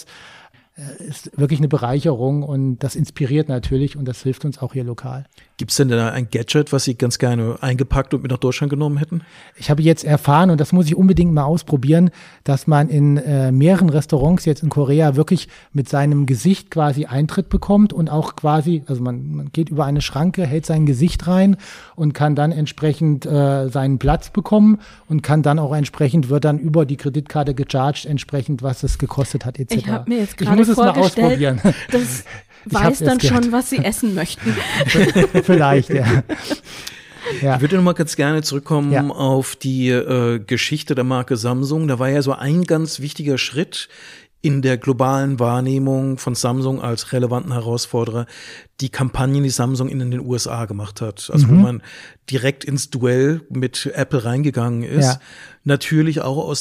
ist wirklich eine Bereicherung und das inspiriert natürlich und das hilft uns auch hier lokal. Gibt es denn da ein Gadget, was Sie ganz gerne eingepackt und mit nach Deutschland genommen hätten? Ich habe jetzt erfahren, und das muss ich unbedingt mal ausprobieren, dass man in mehreren Restaurants jetzt in Korea wirklich mit seinem Gesicht quasi Eintritt bekommt und auch quasi, also man geht über eine Schranke, hält sein Gesicht rein und kann dann entsprechend seinen Platz bekommen und kann dann auch entsprechend, wird dann über die Kreditkarte gecharged, entsprechend, was es gekostet hat etc. Ich habe mir jetzt gerade vorgestellt, das weiß dann schon, was Sie essen möchten. Vielleicht, ja. Ich würde noch mal ganz gerne zurückkommen auf die Geschichte der Marke Samsung. Da war ja so ein ganz wichtiger Schritt in der globalen Wahrnehmung von Samsung als relevanten Herausforderer, die Kampagnen, die Samsung in den USA gemacht hat. Also wo man direkt ins Duell mit Apple reingegangen ist. Ja. Natürlich auch aus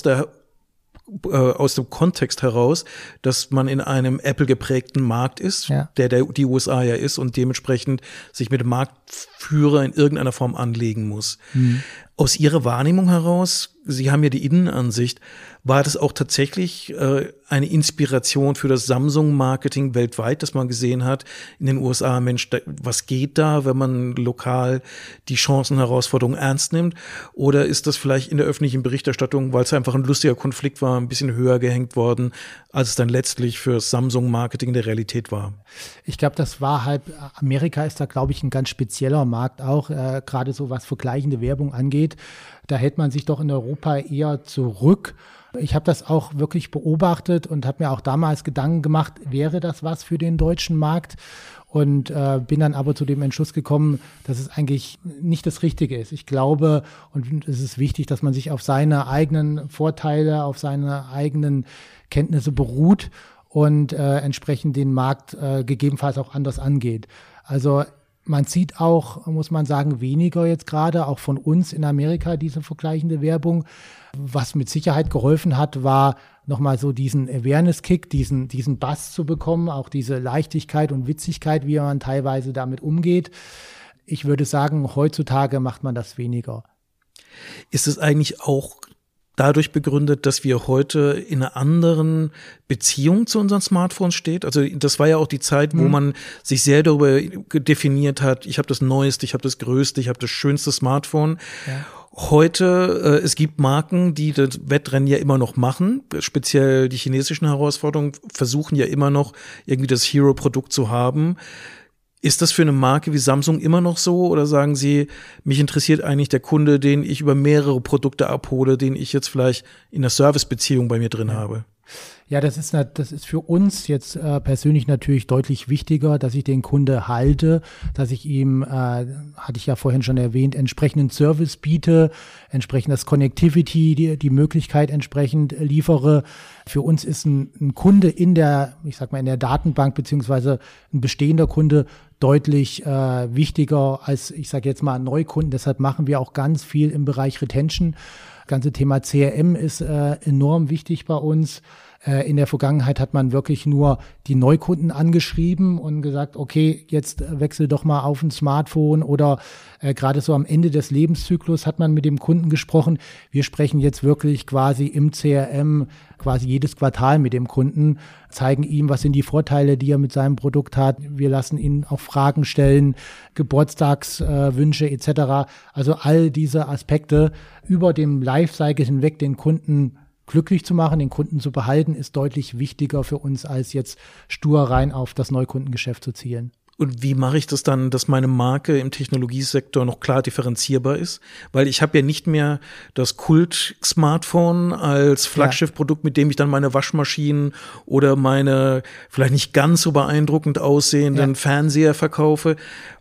dem Kontext heraus, dass man in einem Apple-geprägten Markt ist, der die USA ja ist und dementsprechend sich mit dem Marktführer in irgendeiner Form anlegen muss. Aus Ihrer Wahrnehmung heraus, Sie haben ja die Innenansicht, war das auch tatsächlich eine Inspiration für das Samsung-Marketing weltweit, dass man gesehen hat in den USA, Mensch, was geht da, wenn man lokal die Chancen und Herausforderungen ernst nimmt? Oder ist das vielleicht in der öffentlichen Berichterstattung, weil es einfach ein lustiger Konflikt war, ein bisschen höher gehängt worden, als es dann letztlich für Samsung-Marketing der Realität war? Ich glaube, das war halt, Amerika ist da, glaube ich, ein ganz spezieller Markt auch, gerade so was vergleichende Werbung angeht. Da hält man sich doch in Europa eher zurück. Ich habe das auch wirklich beobachtet und habe mir auch damals Gedanken gemacht, wäre das was für den deutschen Markt? Und bin dann aber zu dem Entschluss gekommen, dass es eigentlich nicht das Richtige ist. Ich glaube, und es ist wichtig, dass man sich auf seine eigenen Vorteile, auf seine eigenen Kenntnisse beruht und entsprechend den Markt gegebenenfalls auch anders angeht. Also man sieht auch, muss man sagen, weniger jetzt gerade, auch von uns in Amerika, diese vergleichende Werbung. Was mit Sicherheit geholfen hat, war nochmal so diesen Awareness-Kick, diesen Buzz zu bekommen, auch diese Leichtigkeit und Witzigkeit, wie man teilweise damit umgeht. Ich würde sagen, heutzutage macht man das weniger. Ist es eigentlich auch dadurch begründet, dass wir heute in einer anderen Beziehung zu unseren Smartphones steht? Also das war ja auch die Zeit, wo man sich sehr darüber definiert hat, ich habe das Neueste, ich habe das Größte, ich habe das schönste Smartphone. Ja. Heute, es gibt Marken, die das Wettrennen ja immer noch machen, speziell die chinesischen Herausforderungen versuchen ja immer noch irgendwie das Hero-Produkt zu haben. Ist das für eine Marke wie Samsung immer noch so oder sagen Sie, mich interessiert eigentlich der Kunde, den ich über mehrere Produkte abhole, den ich jetzt vielleicht in einer Servicebeziehung bei mir drin habe? Ja, das ist für uns jetzt persönlich natürlich deutlich wichtiger, dass ich den Kunde halte, dass ich ihm, hatte ich ja vorhin schon erwähnt, entsprechenden Service biete, entsprechend das Connectivity, die Möglichkeit entsprechend liefere. Für uns ist ein Kunde in der Datenbank beziehungsweise ein bestehender Kunde deutlich wichtiger als, ich sage jetzt mal, Neukunden. Deshalb machen wir auch ganz viel im Bereich Retention. Das ganze Thema CRM ist enorm wichtig bei uns. In der Vergangenheit hat man wirklich nur die Neukunden angeschrieben und gesagt, okay, jetzt wechsel doch mal auf ein Smartphone oder gerade so am Ende des Lebenszyklus hat man mit dem Kunden gesprochen. Wir sprechen jetzt wirklich quasi im CRM quasi jedes Quartal mit dem Kunden, zeigen ihm, was sind die Vorteile, die er mit seinem Produkt hat. Wir lassen ihn auch Fragen stellen, Geburtstagswünsche etc. Also all diese Aspekte über dem Lifecycle hinweg den Kunden glücklich zu machen, den Kunden zu behalten, ist deutlich wichtiger für uns, als jetzt stur rein auf das Neukundengeschäft zu zielen. Und wie mache ich das dann, dass meine Marke im Technologiesektor noch klar differenzierbar ist? Weil ich habe ja nicht mehr das Kult-Smartphone als Flaggschiff-Produkt, mit dem ich dann meine Waschmaschinen oder meine vielleicht nicht ganz so beeindruckend aussehenden Fernseher verkaufe.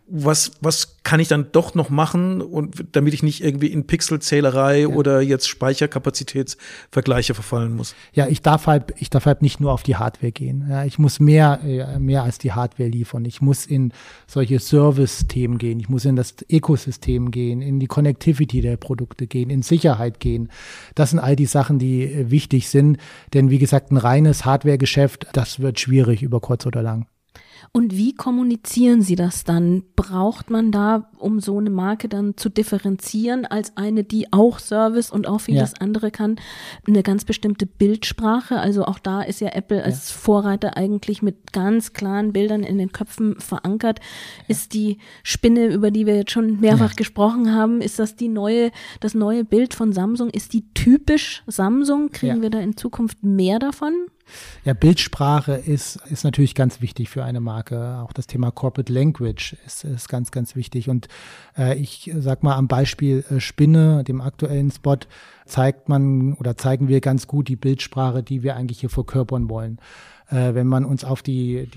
Was kann ich dann doch noch machen, und damit ich nicht irgendwie in Pixelzählerei oder jetzt Speicherkapazitätsvergleiche verfallen muss? Ja, ich darf halt nicht nur auf die Hardware gehen. Ja, ich muss mehr als die Hardware liefern. Ich muss in solche Service-Themen gehen. Ich muss in das Ökosystem gehen, in die Connectivity der Produkte gehen, in Sicherheit gehen. Das sind all die Sachen, die wichtig sind. Denn wie gesagt, ein reines Hardware-Geschäft, das wird schwierig über kurz oder lang. Und wie kommunizieren Sie das dann? Braucht man da, um so eine Marke dann zu differenzieren, als eine, die auch Service und auch vieles andere kann, eine ganz bestimmte Bildsprache? Also auch da ist ja Apple als Vorreiter eigentlich mit ganz klaren Bildern in den Köpfen verankert. Ist die Spinne, über die wir jetzt schon mehrfach gesprochen haben, ist das das neue Bild von Samsung? Ist die typisch Samsung? Kriegen wir da in Zukunft mehr davon? Ja, Bildsprache ist natürlich ganz wichtig für eine Marke. Auch das Thema Corporate Language ist ganz, ganz wichtig. Und ich sag mal am Beispiel Spinne, dem aktuellen Spot, zeigen wir ganz gut die Bildsprache, die wir eigentlich hier verkörpern wollen. Wenn man uns auf die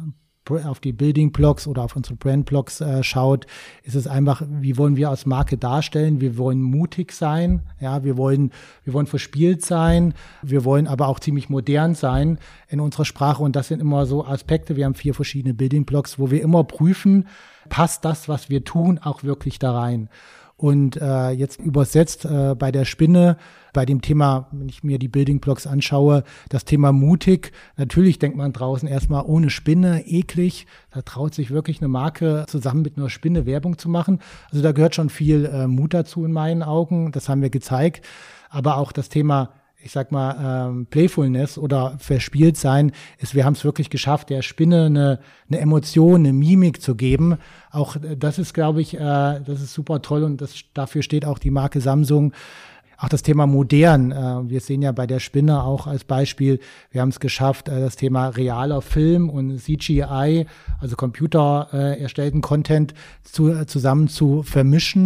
Building Blocks oder auf unsere Brand Blocks schaut, ist es einfach, wie wollen wir als Marke darstellen? Wir wollen mutig sein, ja, wir wollen verspielt sein, wir wollen aber auch ziemlich modern sein in unserer Sprache, und das sind immer so Aspekte. Wir haben 4 verschiedene Building Blocks, wo wir immer prüfen, passt das, was wir tun, auch wirklich da rein? Und jetzt übersetzt bei der Spinne, bei dem Thema, wenn ich mir die Building Blocks anschaue, das Thema mutig. Natürlich denkt man draußen erstmal, ohne Spinne, eklig. Da traut sich wirklich eine Marke zusammen mit einer Spinne Werbung zu machen. Also da gehört schon viel Mut dazu in meinen Augen. Das haben wir gezeigt. Aber auch das Thema, ich sag mal, Playfulness oder verspielt sein, wir haben es wirklich geschafft, der Spinne eine Emotion, eine Mimik zu geben. Auch das ist, glaube ich, das ist super toll, und dafür steht auch die Marke Samsung. Auch das Thema modern. Wir sehen ja bei der Spinne auch als Beispiel, wir haben es geschafft, das Thema realer Film und CGI, also Computer erstellten Content zusammen zu vermischen.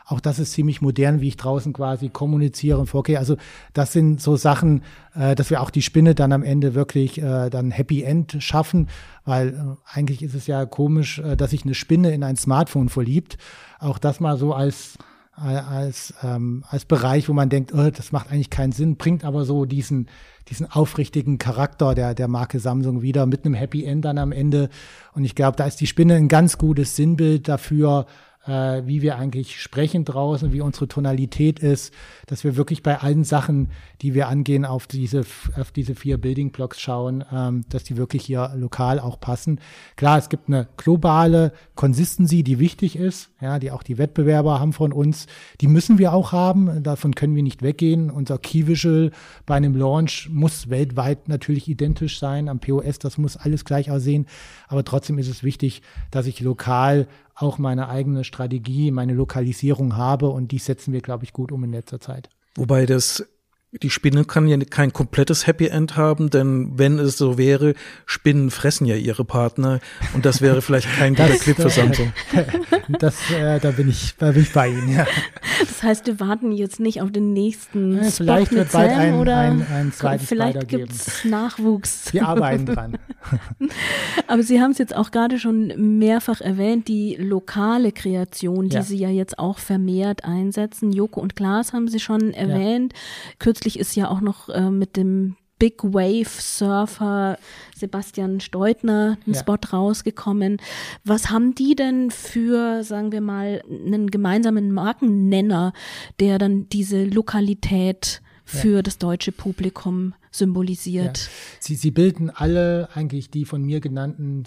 Auch das ist ziemlich modern, wie ich draußen quasi kommuniziere und vorgehe. Also das sind so Sachen, dass wir auch die Spinne dann am Ende wirklich dann Happy End schaffen, weil eigentlich ist es ja komisch, dass sich eine Spinne in ein Smartphone verliebt. Auch das mal so als Bereich, wo man denkt, das macht eigentlich keinen Sinn, bringt aber so diesen aufrichtigen Charakter der Marke Samsung wieder mit einem Happy End dann am Ende. Und ich glaube, da ist die Spinne ein ganz gutes Sinnbild dafür, wie wir eigentlich sprechen draußen, wie unsere Tonalität ist, dass wir wirklich bei allen Sachen, die wir angehen, auf diese 4 Building Blocks schauen, dass die wirklich hier lokal auch passen. Klar, es gibt eine globale Consistency, die wichtig ist, ja, die auch die Wettbewerber haben von uns. Die müssen wir auch haben, davon können wir nicht weggehen. Unser Key Visual bei einem Launch muss weltweit natürlich identisch sein. Am POS, das muss alles gleich aussehen. Aber trotzdem ist es wichtig, dass ich lokal auch meine eigene Strategie, meine Lokalisierung habe und die setzen wir, glaube ich, gut um in letzter Zeit. Wobei die Spinne kann ja kein komplettes Happy End haben, denn wenn es so wäre, Spinnen fressen ja ihre Partner und das wäre vielleicht kein guter Clip für Samsung. Da bin ich bei Ihnen, ja. Das heißt, wir warten jetzt nicht auf den nächsten Spot vielleicht mit wird bald Sam oder ein zweites vielleicht gibt es Nachwuchs. Wir arbeiten dran. Aber Sie haben es jetzt auch gerade schon mehrfach erwähnt, die lokale Kreation, die Sie ja jetzt auch vermehrt einsetzen. Joko und Klaas haben Sie schon erwähnt. Kürzlich ist ja auch noch mit dem Big Wave Surfer Sebastian Steutner ein Spot rausgekommen. Was haben die denn für, sagen wir mal, einen gemeinsamen Markennenner, der dann diese Lokalität für das deutsche Publikum symbolisiert? Ja. Sie bilden alle eigentlich die von mir genannten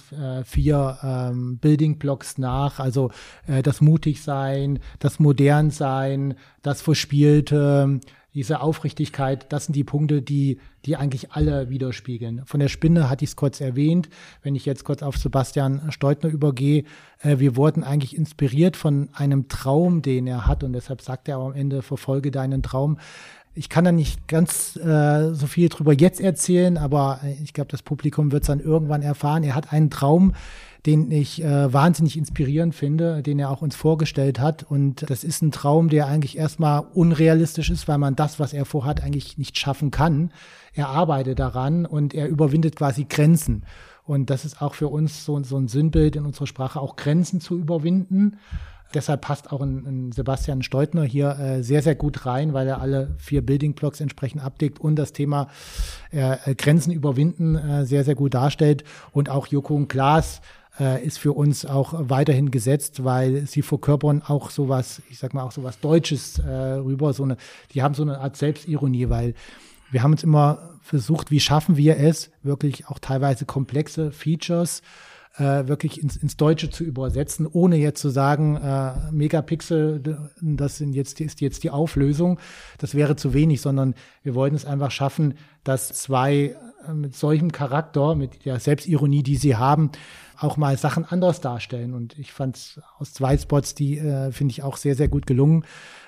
4 Building Blocks nach, also das Mutigsein, das Modernsein, das Verspielte, diese Aufrichtigkeit, das sind die Punkte, die eigentlich alle widerspiegeln. Von der Spinne hatte ich es kurz erwähnt, wenn ich jetzt kurz auf Sebastian Steutner übergehe, wir wurden eigentlich inspiriert von einem Traum, den er hat und deshalb sagt er auch am Ende, verfolge deinen Traum. Ich kann da nicht ganz so viel drüber jetzt erzählen, aber ich glaube, das Publikum wird es dann irgendwann erfahren. Er hat einen Traum, den ich wahnsinnig inspirierend finde, den er auch uns vorgestellt hat. Und das ist ein Traum, der eigentlich erstmal unrealistisch ist, weil man das, was er vorhat, eigentlich nicht schaffen kann. Er arbeitet daran und er überwindet quasi Grenzen. Und das ist auch für uns so ein Sinnbild in unserer Sprache, auch Grenzen zu überwinden. Deshalb passt auch ein Sebastian Steutner hier sehr, sehr gut rein, weil er alle 4 Building Blocks entsprechend abdeckt und das Thema Grenzen überwinden sehr, sehr gut darstellt. Und auch Joko und Klaas ist für uns auch weiterhin gesetzt, weil sie verkörpern auch sowas, ich sag mal auch sowas Deutsches rüber. Die haben so eine Art Selbstironie, weil wir haben uns immer versucht, wie schaffen wir es, wirklich auch teilweise komplexe Features wirklich ins Deutsche zu übersetzen, ohne jetzt zu sagen, Megapixel, das ist jetzt die Auflösung. Das wäre zu wenig, sondern wir wollten es einfach schaffen, dass 2 mit solchem Charakter, mit der Selbstironie, die sie haben, auch mal Sachen anders darstellen. Und ich fand es aus 2 Spots, die finde ich auch sehr, sehr gut gelungen.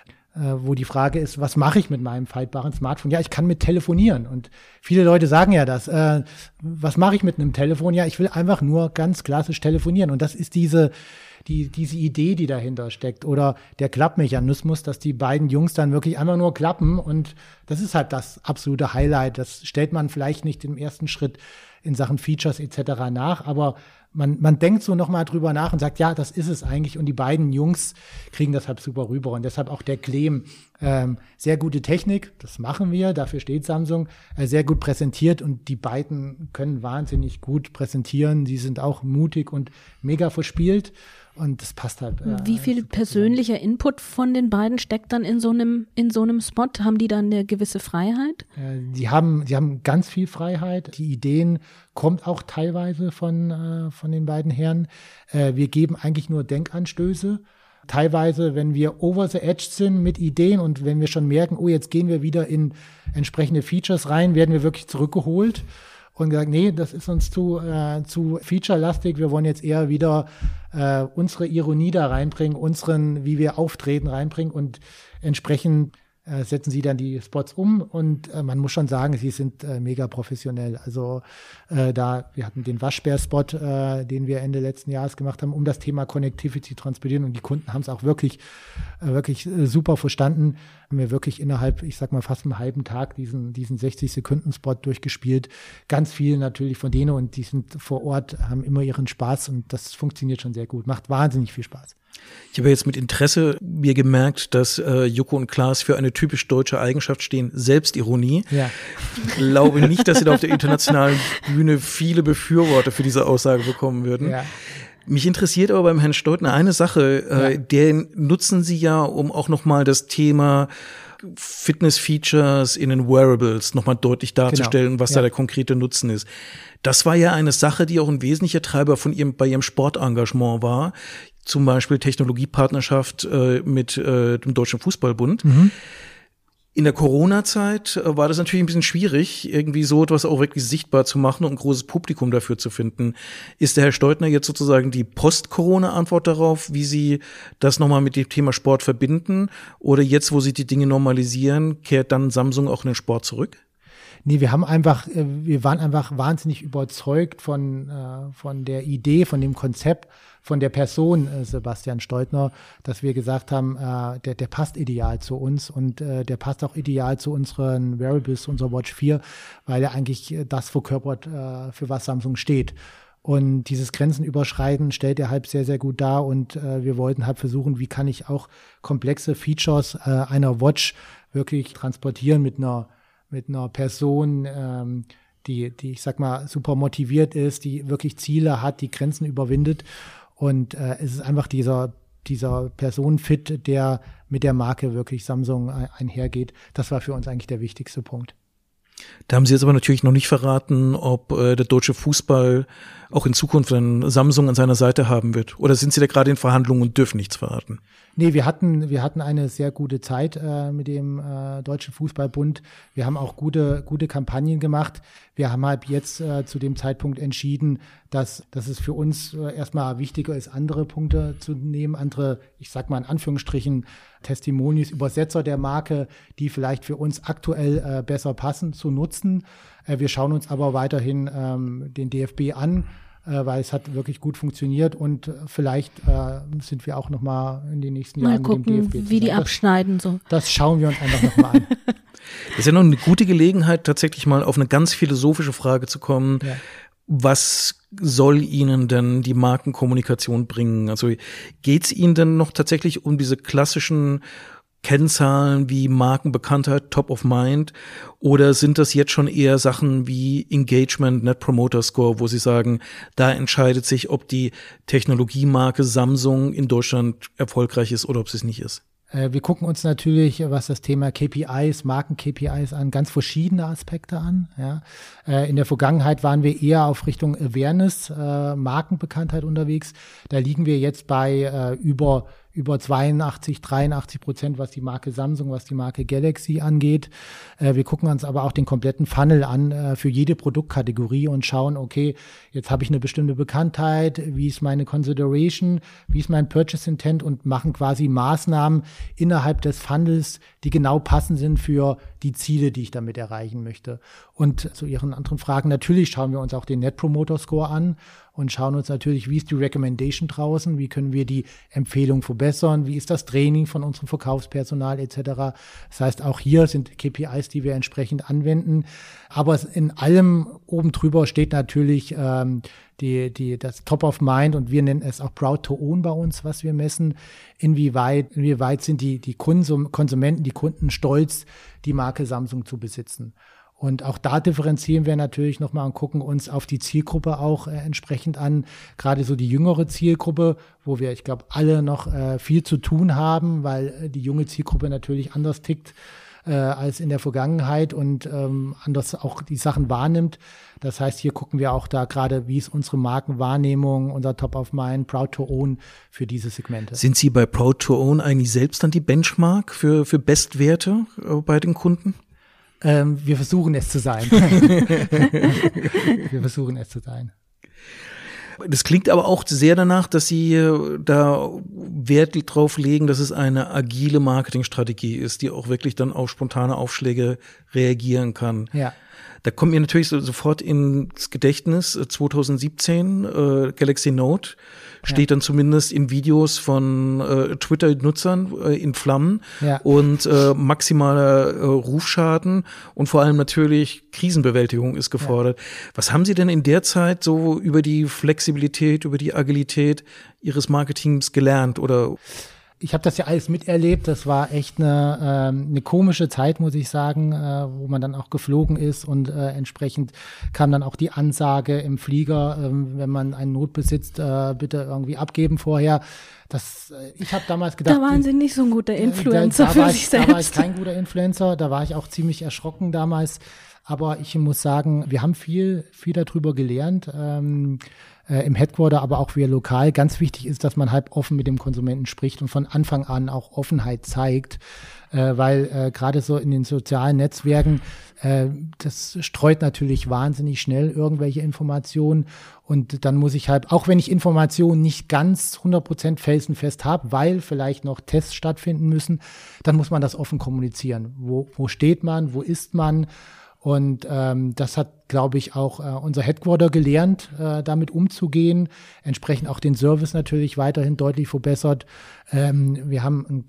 Wo die Frage ist, was mache ich mit meinem faltbaren Smartphone? Ja, ich kann mit telefonieren und viele Leute sagen ja das. Was mache ich mit einem Telefon? Ja, ich will einfach nur ganz klassisch telefonieren und das ist diese Idee, die dahinter steckt oder der Klappmechanismus, dass die beiden Jungs dann wirklich einfach nur klappen und das ist halt das absolute Highlight. Das stellt man vielleicht nicht im ersten Schritt in Sachen Features etc. nach, aber man denkt so nochmal drüber nach und sagt, ja, das ist es eigentlich. Und die beiden Jungs kriegen das halt super rüber. Und deshalb auch der Claim, sehr gute Technik, das machen wir, dafür steht Samsung, sehr gut präsentiert. Und die beiden können wahnsinnig gut präsentieren. Sie sind auch mutig und mega verspielt. Und das passt halt. Wie viel persönlicher Input von den beiden steckt dann in so einem Spot? Haben die dann eine gewisse Freiheit? Die haben ganz viel Freiheit. Die Ideen kommt auch teilweise von den beiden Herren. Wir geben eigentlich nur Denkanstöße. Teilweise, wenn wir over the edge sind mit Ideen und wenn wir schon merken, oh, jetzt gehen wir wieder in entsprechende Features rein, werden wir wirklich zurückgeholt. Und gesagt, nee, das ist uns zu featurelastig. Wir wollen jetzt eher wieder unsere Ironie da reinbringen, wie wir auftreten reinbringen und entsprechend setzen sie dann die Spots um und man muss schon sagen, sie sind mega professionell. Also wir hatten den Waschbär-Spot, den wir Ende letzten Jahres gemacht haben, um das Thema Connectivity transportieren und die Kunden haben es auch wirklich super verstanden. Haben wir wirklich innerhalb, ich sag mal fast einem halben Tag diesen 60-Sekunden-Spot durchgespielt. Ganz viele natürlich von denen und die sind vor Ort, haben immer ihren Spaß und das funktioniert schon sehr gut. Macht wahnsinnig viel Spaß. Ich habe jetzt mit Interesse mir gemerkt, dass Joko und Klaas für eine typisch deutsche Eigenschaft stehen, Selbstironie. Ja. Ich glaube nicht, dass sie da auf der internationalen Bühne viele Befürworter für diese Aussage bekommen würden. Ja. Mich interessiert aber beim Herrn Steutner eine Sache, den nutzen Sie ja, um auch nochmal das Thema Fitness-Features in den Wearables nochmal deutlich darzustellen, was da der konkrete Nutzen ist. Das war ja eine Sache, die auch ein wesentlicher Treiber bei Ihrem Sportengagement war. Zum Beispiel Technologiepartnerschaft mit dem Deutschen Fußballbund. Mhm. In der Corona-Zeit war das natürlich ein bisschen schwierig, irgendwie so etwas auch wirklich sichtbar zu machen und ein großes Publikum dafür zu finden. Ist der Herr Steutner jetzt sozusagen die Post-Corona-Antwort darauf, wie Sie das nochmal mit dem Thema Sport verbinden? Oder jetzt, wo Sie die Dinge normalisieren, kehrt dann Samsung auch in den Sport zurück? Nee, wir waren einfach wahnsinnig überzeugt von der Idee, von dem Konzept, von der Person Sebastian Steutner, dass wir gesagt haben, der passt ideal zu uns und der passt auch ideal zu unseren Wearables, unserer Watch 4, weil er eigentlich das verkörpert, für was Samsung steht. Und dieses Grenzenüberschreiten stellt er halt sehr, sehr gut dar und wir wollten halt versuchen, wie kann ich auch komplexe Features einer Watch wirklich transportieren mit einer Person, die ich sag mal super motiviert ist, die wirklich Ziele hat, die Grenzen überwindet. Und es ist einfach dieser Personenfit, der mit der Marke wirklich Samsung einhergeht. Das war für uns eigentlich der wichtigste Punkt. Da haben Sie jetzt aber natürlich noch nicht verraten, ob der deutsche Fußball auch in Zukunft einen Samsung an seiner Seite haben wird. Oder sind Sie da gerade in Verhandlungen und dürfen nichts verraten? Nee, wir hatten eine sehr gute Zeit mit dem Deutschen Fußballbund. Wir haben auch gute Kampagnen gemacht. Wir haben halt jetzt zu dem Zeitpunkt entschieden, dass es für uns erstmal wichtiger ist, andere Punkte zu nehmen, andere, ich sag mal in Anführungsstrichen, Testimonials, Übersetzer der Marke, die vielleicht für uns aktuell besser passen, zu nutzen. Wir schauen uns aber weiterhin den DFB an, weil es hat wirklich gut funktioniert und vielleicht sind wir auch noch mal in den nächsten Jahren gucken, mit dem DFB zusammen. wie die abschneiden so. Das schauen wir uns einfach noch mal an. Das ist ja noch eine gute Gelegenheit, tatsächlich mal auf eine ganz philosophische Frage zu kommen. Ja. Was soll Ihnen denn die Markenkommunikation bringen? Also geht es Ihnen denn noch tatsächlich um diese klassischen Kennzahlen wie Markenbekanntheit, Top of Mind, oder sind das jetzt schon eher Sachen wie Engagement, Net Promoter Score, wo Sie sagen, da entscheidet sich, ob die Technologiemarke Samsung in Deutschland erfolgreich ist oder ob sie es nicht ist? Wir gucken uns natürlich, was das Thema KPIs, Marken-KPIs an, ganz verschiedene Aspekte an. Ja. In der Vergangenheit waren wir eher auf Richtung Awareness, Markenbekanntheit unterwegs. Da liegen wir jetzt bei über 82-83%, was die Marke Samsung, was die Marke Galaxy angeht. Wir gucken uns aber auch den kompletten Funnel an für jede Produktkategorie und schauen, okay, jetzt habe ich eine bestimmte Bekanntheit, wie ist meine Consideration, wie ist mein Purchase Intent und machen quasi Maßnahmen innerhalb des Funnels, die genau passend sind für die Ziele, die ich damit erreichen möchte. Und zu Ihren anderen Fragen, natürlich schauen wir uns auch den Net Promoter Score an und schauen uns natürlich, wie ist die Recommendation draußen, wie können wir die Empfehlung verbessern, wie ist das Training von unserem Verkaufspersonal etc. Das heißt, auch hier sind KPIs, die wir entsprechend anwenden. Aber in allem oben drüber steht natürlich das Top of Mind und wir nennen es auch Proud to Own bei uns, was wir messen. Inwieweit sind die Konsumenten, die Kunden stolz, die Marke Samsung zu besitzen. Und auch da differenzieren wir natürlich nochmal und gucken uns auf die Zielgruppe auch entsprechend an. Gerade so die jüngere Zielgruppe, wo wir, ich glaube, alle noch viel zu tun haben, weil die junge Zielgruppe natürlich anders tickt als in der Vergangenheit und anders auch die Sachen wahrnimmt. Das heißt, hier gucken wir auch da gerade, wie ist unsere Markenwahrnehmung, unser Top of Mind, Proud to Own für diese Segmente. Sind Sie bei Proud to Own eigentlich selbst dann die Benchmark für Bestwerte bei den Kunden? Wir versuchen es zu sein. Wir versuchen es zu sein. Das klingt aber auch sehr danach, dass Sie da Wert drauf legen, dass es eine agile Marketingstrategie ist, die auch wirklich dann auf spontane Aufschläge reagieren kann. Ja. Da kommt mir natürlich sofort ins Gedächtnis 2017 Galaxy Note steht dann zumindest in Videos von Twitter-Nutzern in Flammen und maximaler Rufschaden und vor allem natürlich Krisenbewältigung ist gefordert. Was haben Sie denn in der Zeit so über die Flexibilität, über die Agilität Ihres Marketings gelernt oder? Ich habe das ja alles miterlebt. Das war echt eine komische Zeit, muss ich sagen, wo man dann auch geflogen ist und entsprechend kam dann auch die Ansage im Flieger, wenn man einen Not besitzt, bitte irgendwie abgeben vorher. Ich habe damals gedacht, da waren Sie nicht so ein guter Influencer für sich selbst. Da war ich kein guter Influencer. Da war ich auch ziemlich erschrocken damals. Aber ich muss sagen, wir haben viel darüber gelernt. Im Headquarter, aber auch wir lokal. Ganz wichtig ist, dass man halt offen mit dem Konsumenten spricht und von Anfang an auch Offenheit zeigt, weil gerade so in den sozialen Netzwerken, das streut natürlich wahnsinnig schnell irgendwelche Informationen und dann muss ich halt, auch wenn ich Informationen nicht ganz 100% felsenfest habe, weil vielleicht noch Tests stattfinden müssen, dann muss man das offen kommunizieren. Wo steht man, wo ist man? Und das hat, glaube ich, auch unser Headquarter gelernt, damit umzugehen. Entsprechend auch den Service natürlich weiterhin deutlich verbessert. Wir haben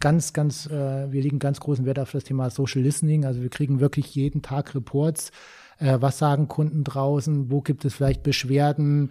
wir legen ganz großen Wert auf das Thema Social Listening. Also wir kriegen wirklich jeden Tag Reports. Was sagen Kunden draußen? Wo gibt es vielleicht Beschwerden?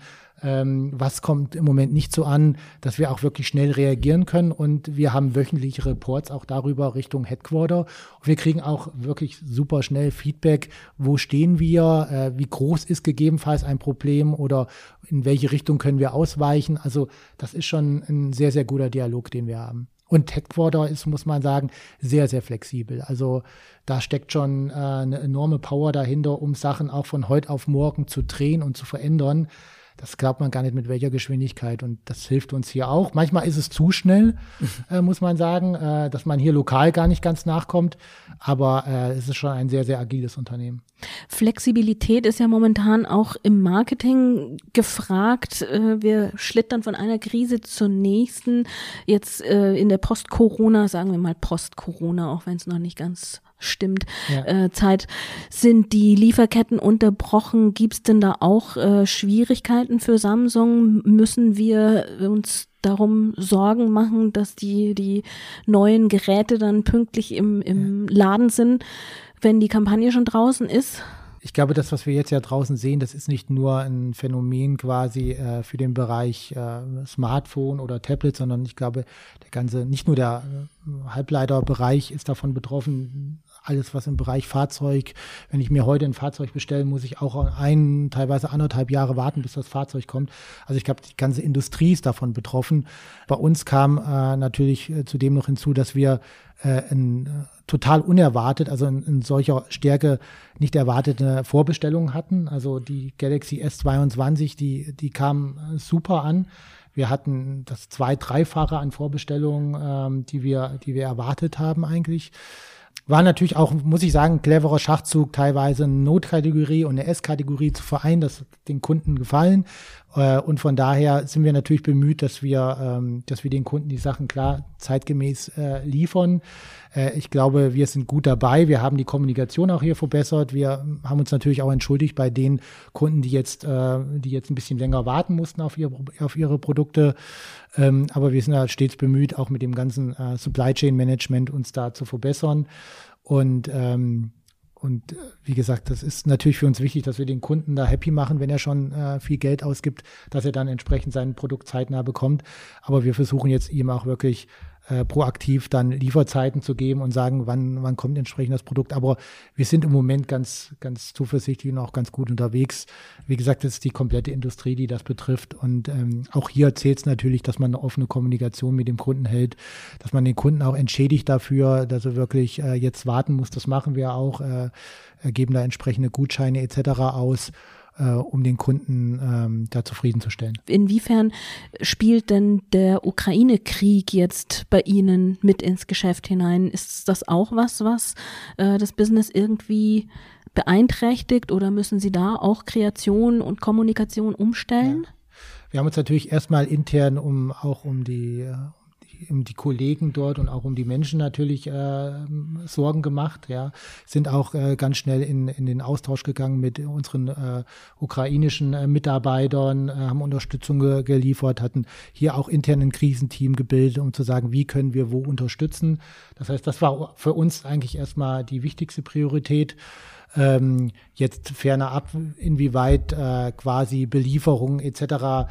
Was kommt im Moment nicht so an, dass wir auch wirklich schnell reagieren können. Und wir haben wöchentliche Reports auch darüber Richtung Headquarter. Und wir kriegen auch wirklich super schnell Feedback. Wo stehen wir? Wie groß ist gegebenenfalls ein Problem oder in welche Richtung können wir ausweichen? Also das ist schon ein sehr, sehr guter Dialog, den wir haben. Und Headquarter ist, muss man sagen, sehr, sehr flexibel. Also da steckt schon eine enorme Power dahinter, um Sachen auch von heute auf morgen zu drehen und zu verändern. Das glaubt man gar nicht, mit welcher Geschwindigkeit. Und das hilft uns hier auch. Manchmal ist es zu schnell, muss man sagen, dass man hier lokal gar nicht ganz nachkommt. Aber es ist schon ein sehr, sehr agiles Unternehmen. Flexibilität ist ja momentan auch im Marketing gefragt. Wir schlittern von einer Krise zur nächsten. Jetzt in der Post-Corona, sagen wir mal Post-Corona, auch wenn es noch nicht ganz stimmt, Zeit, sind die Lieferketten unterbrochen. Gibt es denn da auch Schwierigkeiten für Samsung? Müssen wir uns darum Sorgen machen, dass die neuen Geräte dann pünktlich im Laden sind, wenn die Kampagne schon draußen ist? Ich glaube, das, was wir jetzt ja draußen sehen, das ist nicht nur ein Phänomen quasi für den Bereich Smartphone oder Tablet, sondern ich glaube, nicht nur der Halbleiterbereich ist davon betroffen. Alles, was im Bereich Fahrzeug, wenn ich mir heute ein Fahrzeug bestelle, muss ich auch teilweise 1,5 Jahre warten, bis das Fahrzeug kommt. Also ich glaube, die ganze Industrie ist davon betroffen. Bei uns kam natürlich zudem noch hinzu, dass wir total unerwartet, also in solcher Stärke nicht erwartete Vorbestellungen hatten. Also die Galaxy S22, die kam super an. Wir hatten das 2-3-fache an Vorbestellungen, die wir erwartet haben eigentlich. War natürlich auch, muss ich sagen, ein cleverer Schachzug, teilweise eine Notkategorie und eine S-Kategorie zu vereinen, das den Kunden gefallen. Und von daher sind wir natürlich bemüht, dass wir den Kunden die Sachen klar zeitgemäß liefern. Ich glaube, wir sind gut dabei. Wir haben die Kommunikation auch hier verbessert. Wir haben uns natürlich auch entschuldigt bei den Kunden, die jetzt ein bisschen länger warten mussten auf ihre Produkte. Aber wir sind ja stets bemüht, auch mit dem ganzen Supply Chain Management uns da zu verbessern. Und wie gesagt, das ist natürlich für uns wichtig, dass wir den Kunden da happy machen, wenn er schon viel Geld ausgibt, dass er dann entsprechend sein Produkt zeitnah bekommt. Aber wir versuchen jetzt ihm auch wirklich proaktiv dann Lieferzeiten zu geben und sagen, wann kommt entsprechend das Produkt. Aber wir sind im Moment ganz, ganz zuversichtlich und auch ganz gut unterwegs. Wie gesagt, das ist die komplette Industrie, die das betrifft. Und auch hier zählt es natürlich, dass man eine offene Kommunikation mit dem Kunden hält, dass man den Kunden auch entschädigt dafür, dass er wirklich jetzt warten muss. Das machen wir auch, geben da entsprechende Gutscheine etc. aus, um den Kunden da zufriedenzustellen. Inwiefern spielt denn der Ukraine-Krieg jetzt bei Ihnen mit ins Geschäft hinein? Ist das auch was das Business irgendwie beeinträchtigt oder müssen Sie da auch Kreation und Kommunikation umstellen? Ja. Wir haben uns natürlich erstmal intern auch um die Kollegen dort und auch um die Menschen natürlich Sorgen gemacht, ja, sind auch ganz schnell in den Austausch gegangen mit unseren ukrainischen Mitarbeitern, haben Unterstützung geliefert, hatten hier auch intern ein Krisenteam gebildet, um zu sagen, wie können wir wo unterstützen. Das heißt, das war für uns eigentlich erstmal die wichtigste Priorität. Jetzt ferner ab, inwieweit quasi Belieferungen etc.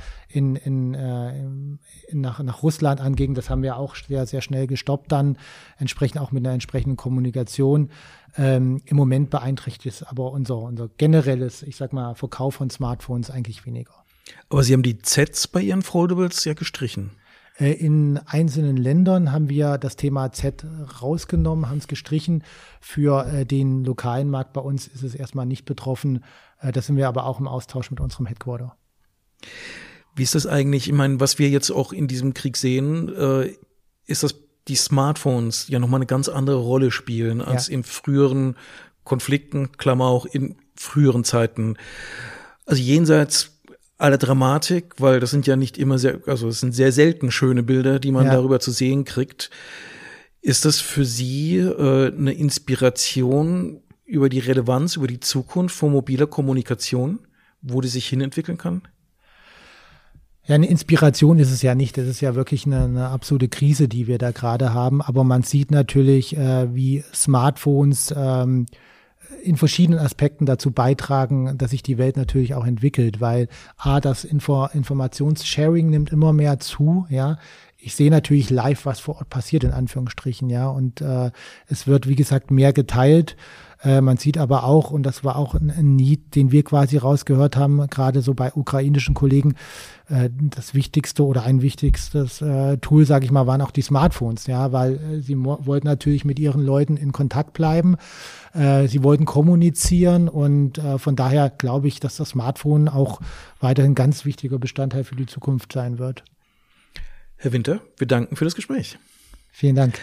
nach Russland anging, das haben wir auch sehr, sehr schnell gestoppt dann, entsprechend auch mit einer entsprechenden Kommunikation. Im Moment beeinträchtigt es aber unser generelles, ich sag mal, Verkauf von Smartphones eigentlich weniger. Aber Sie haben die Zs bei Ihren Foldables ja gestrichen. In einzelnen Ländern haben wir das Thema Z rausgenommen, haben es gestrichen. Für den lokalen Markt bei uns ist es erstmal nicht betroffen. Da sind wir aber auch im Austausch mit unserem Headquarter. Wie ist das eigentlich? Ich meine, was wir jetzt auch in diesem Krieg sehen, ist, dass die Smartphones ja nochmal eine ganz andere Rolle spielen als in früheren Konflikten, Klammer auch in früheren Zeiten. Also jenseits aller Dramatik, weil das sind ja nicht immer es sind sehr selten schöne Bilder, die man darüber zu sehen kriegt. Ist das für Sie eine Inspiration über die Relevanz, über die Zukunft von mobiler Kommunikation, wo die sich hinentwickeln kann? Ja, eine Inspiration ist es ja nicht. Das ist ja wirklich eine absolute Krise, die wir da gerade haben. Aber man sieht natürlich, wie Smartphones in verschiedenen Aspekten dazu beitragen, dass sich die Welt natürlich auch entwickelt, weil das Informationssharing nimmt immer mehr zu, ja. Ich sehe natürlich live, was vor Ort passiert, in Anführungsstrichen, ja, und es wird, wie gesagt, mehr geteilt. Man sieht aber auch, und das war auch ein Need, den wir quasi rausgehört haben, gerade so bei ukrainischen Kollegen, das wichtigste oder ein wichtigstes Tool, sage ich mal, waren auch die Smartphones, ja, weil sie wollten natürlich mit ihren Leuten in Kontakt bleiben, sie wollten kommunizieren und von daher glaube ich, dass das Smartphone auch weiterhin ganz wichtiger Bestandteil für die Zukunft sein wird. Herr Winter, wir danken für das Gespräch. Vielen Dank.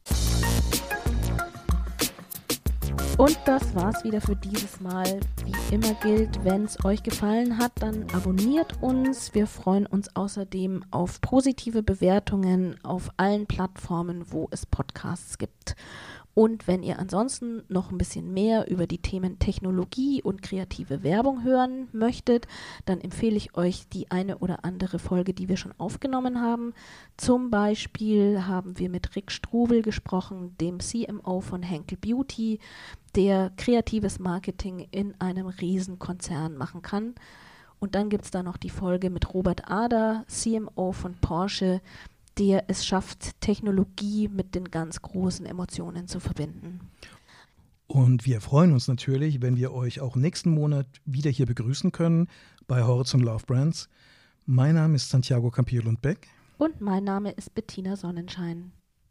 Und das war's wieder für dieses Mal. Wie immer gilt, wenn es euch gefallen hat, dann abonniert uns. Wir freuen uns außerdem auf positive Bewertungen auf allen Plattformen, wo es Podcasts gibt. Und wenn ihr ansonsten noch ein bisschen mehr über die Themen Technologie und kreative Werbung hören möchtet, dann empfehle ich euch die eine oder andere Folge, die wir schon aufgenommen haben. Zum Beispiel haben wir mit Rick Strubel gesprochen, dem CMO von Henkel Beauty, der kreatives Marketing in einem Riesenkonzern machen kann. Und dann gibt es da noch die Folge mit Robert Ader, CMO von Porsche, der es schafft, Technologie mit den ganz großen Emotionen zu verbinden. Und wir freuen uns natürlich, wenn wir euch auch nächsten Monat wieder hier begrüßen können bei Horizon Love Brands. Mein Name ist Santiago Campillo-Lundbeck. Und mein Name ist Bettina Sonnenschein.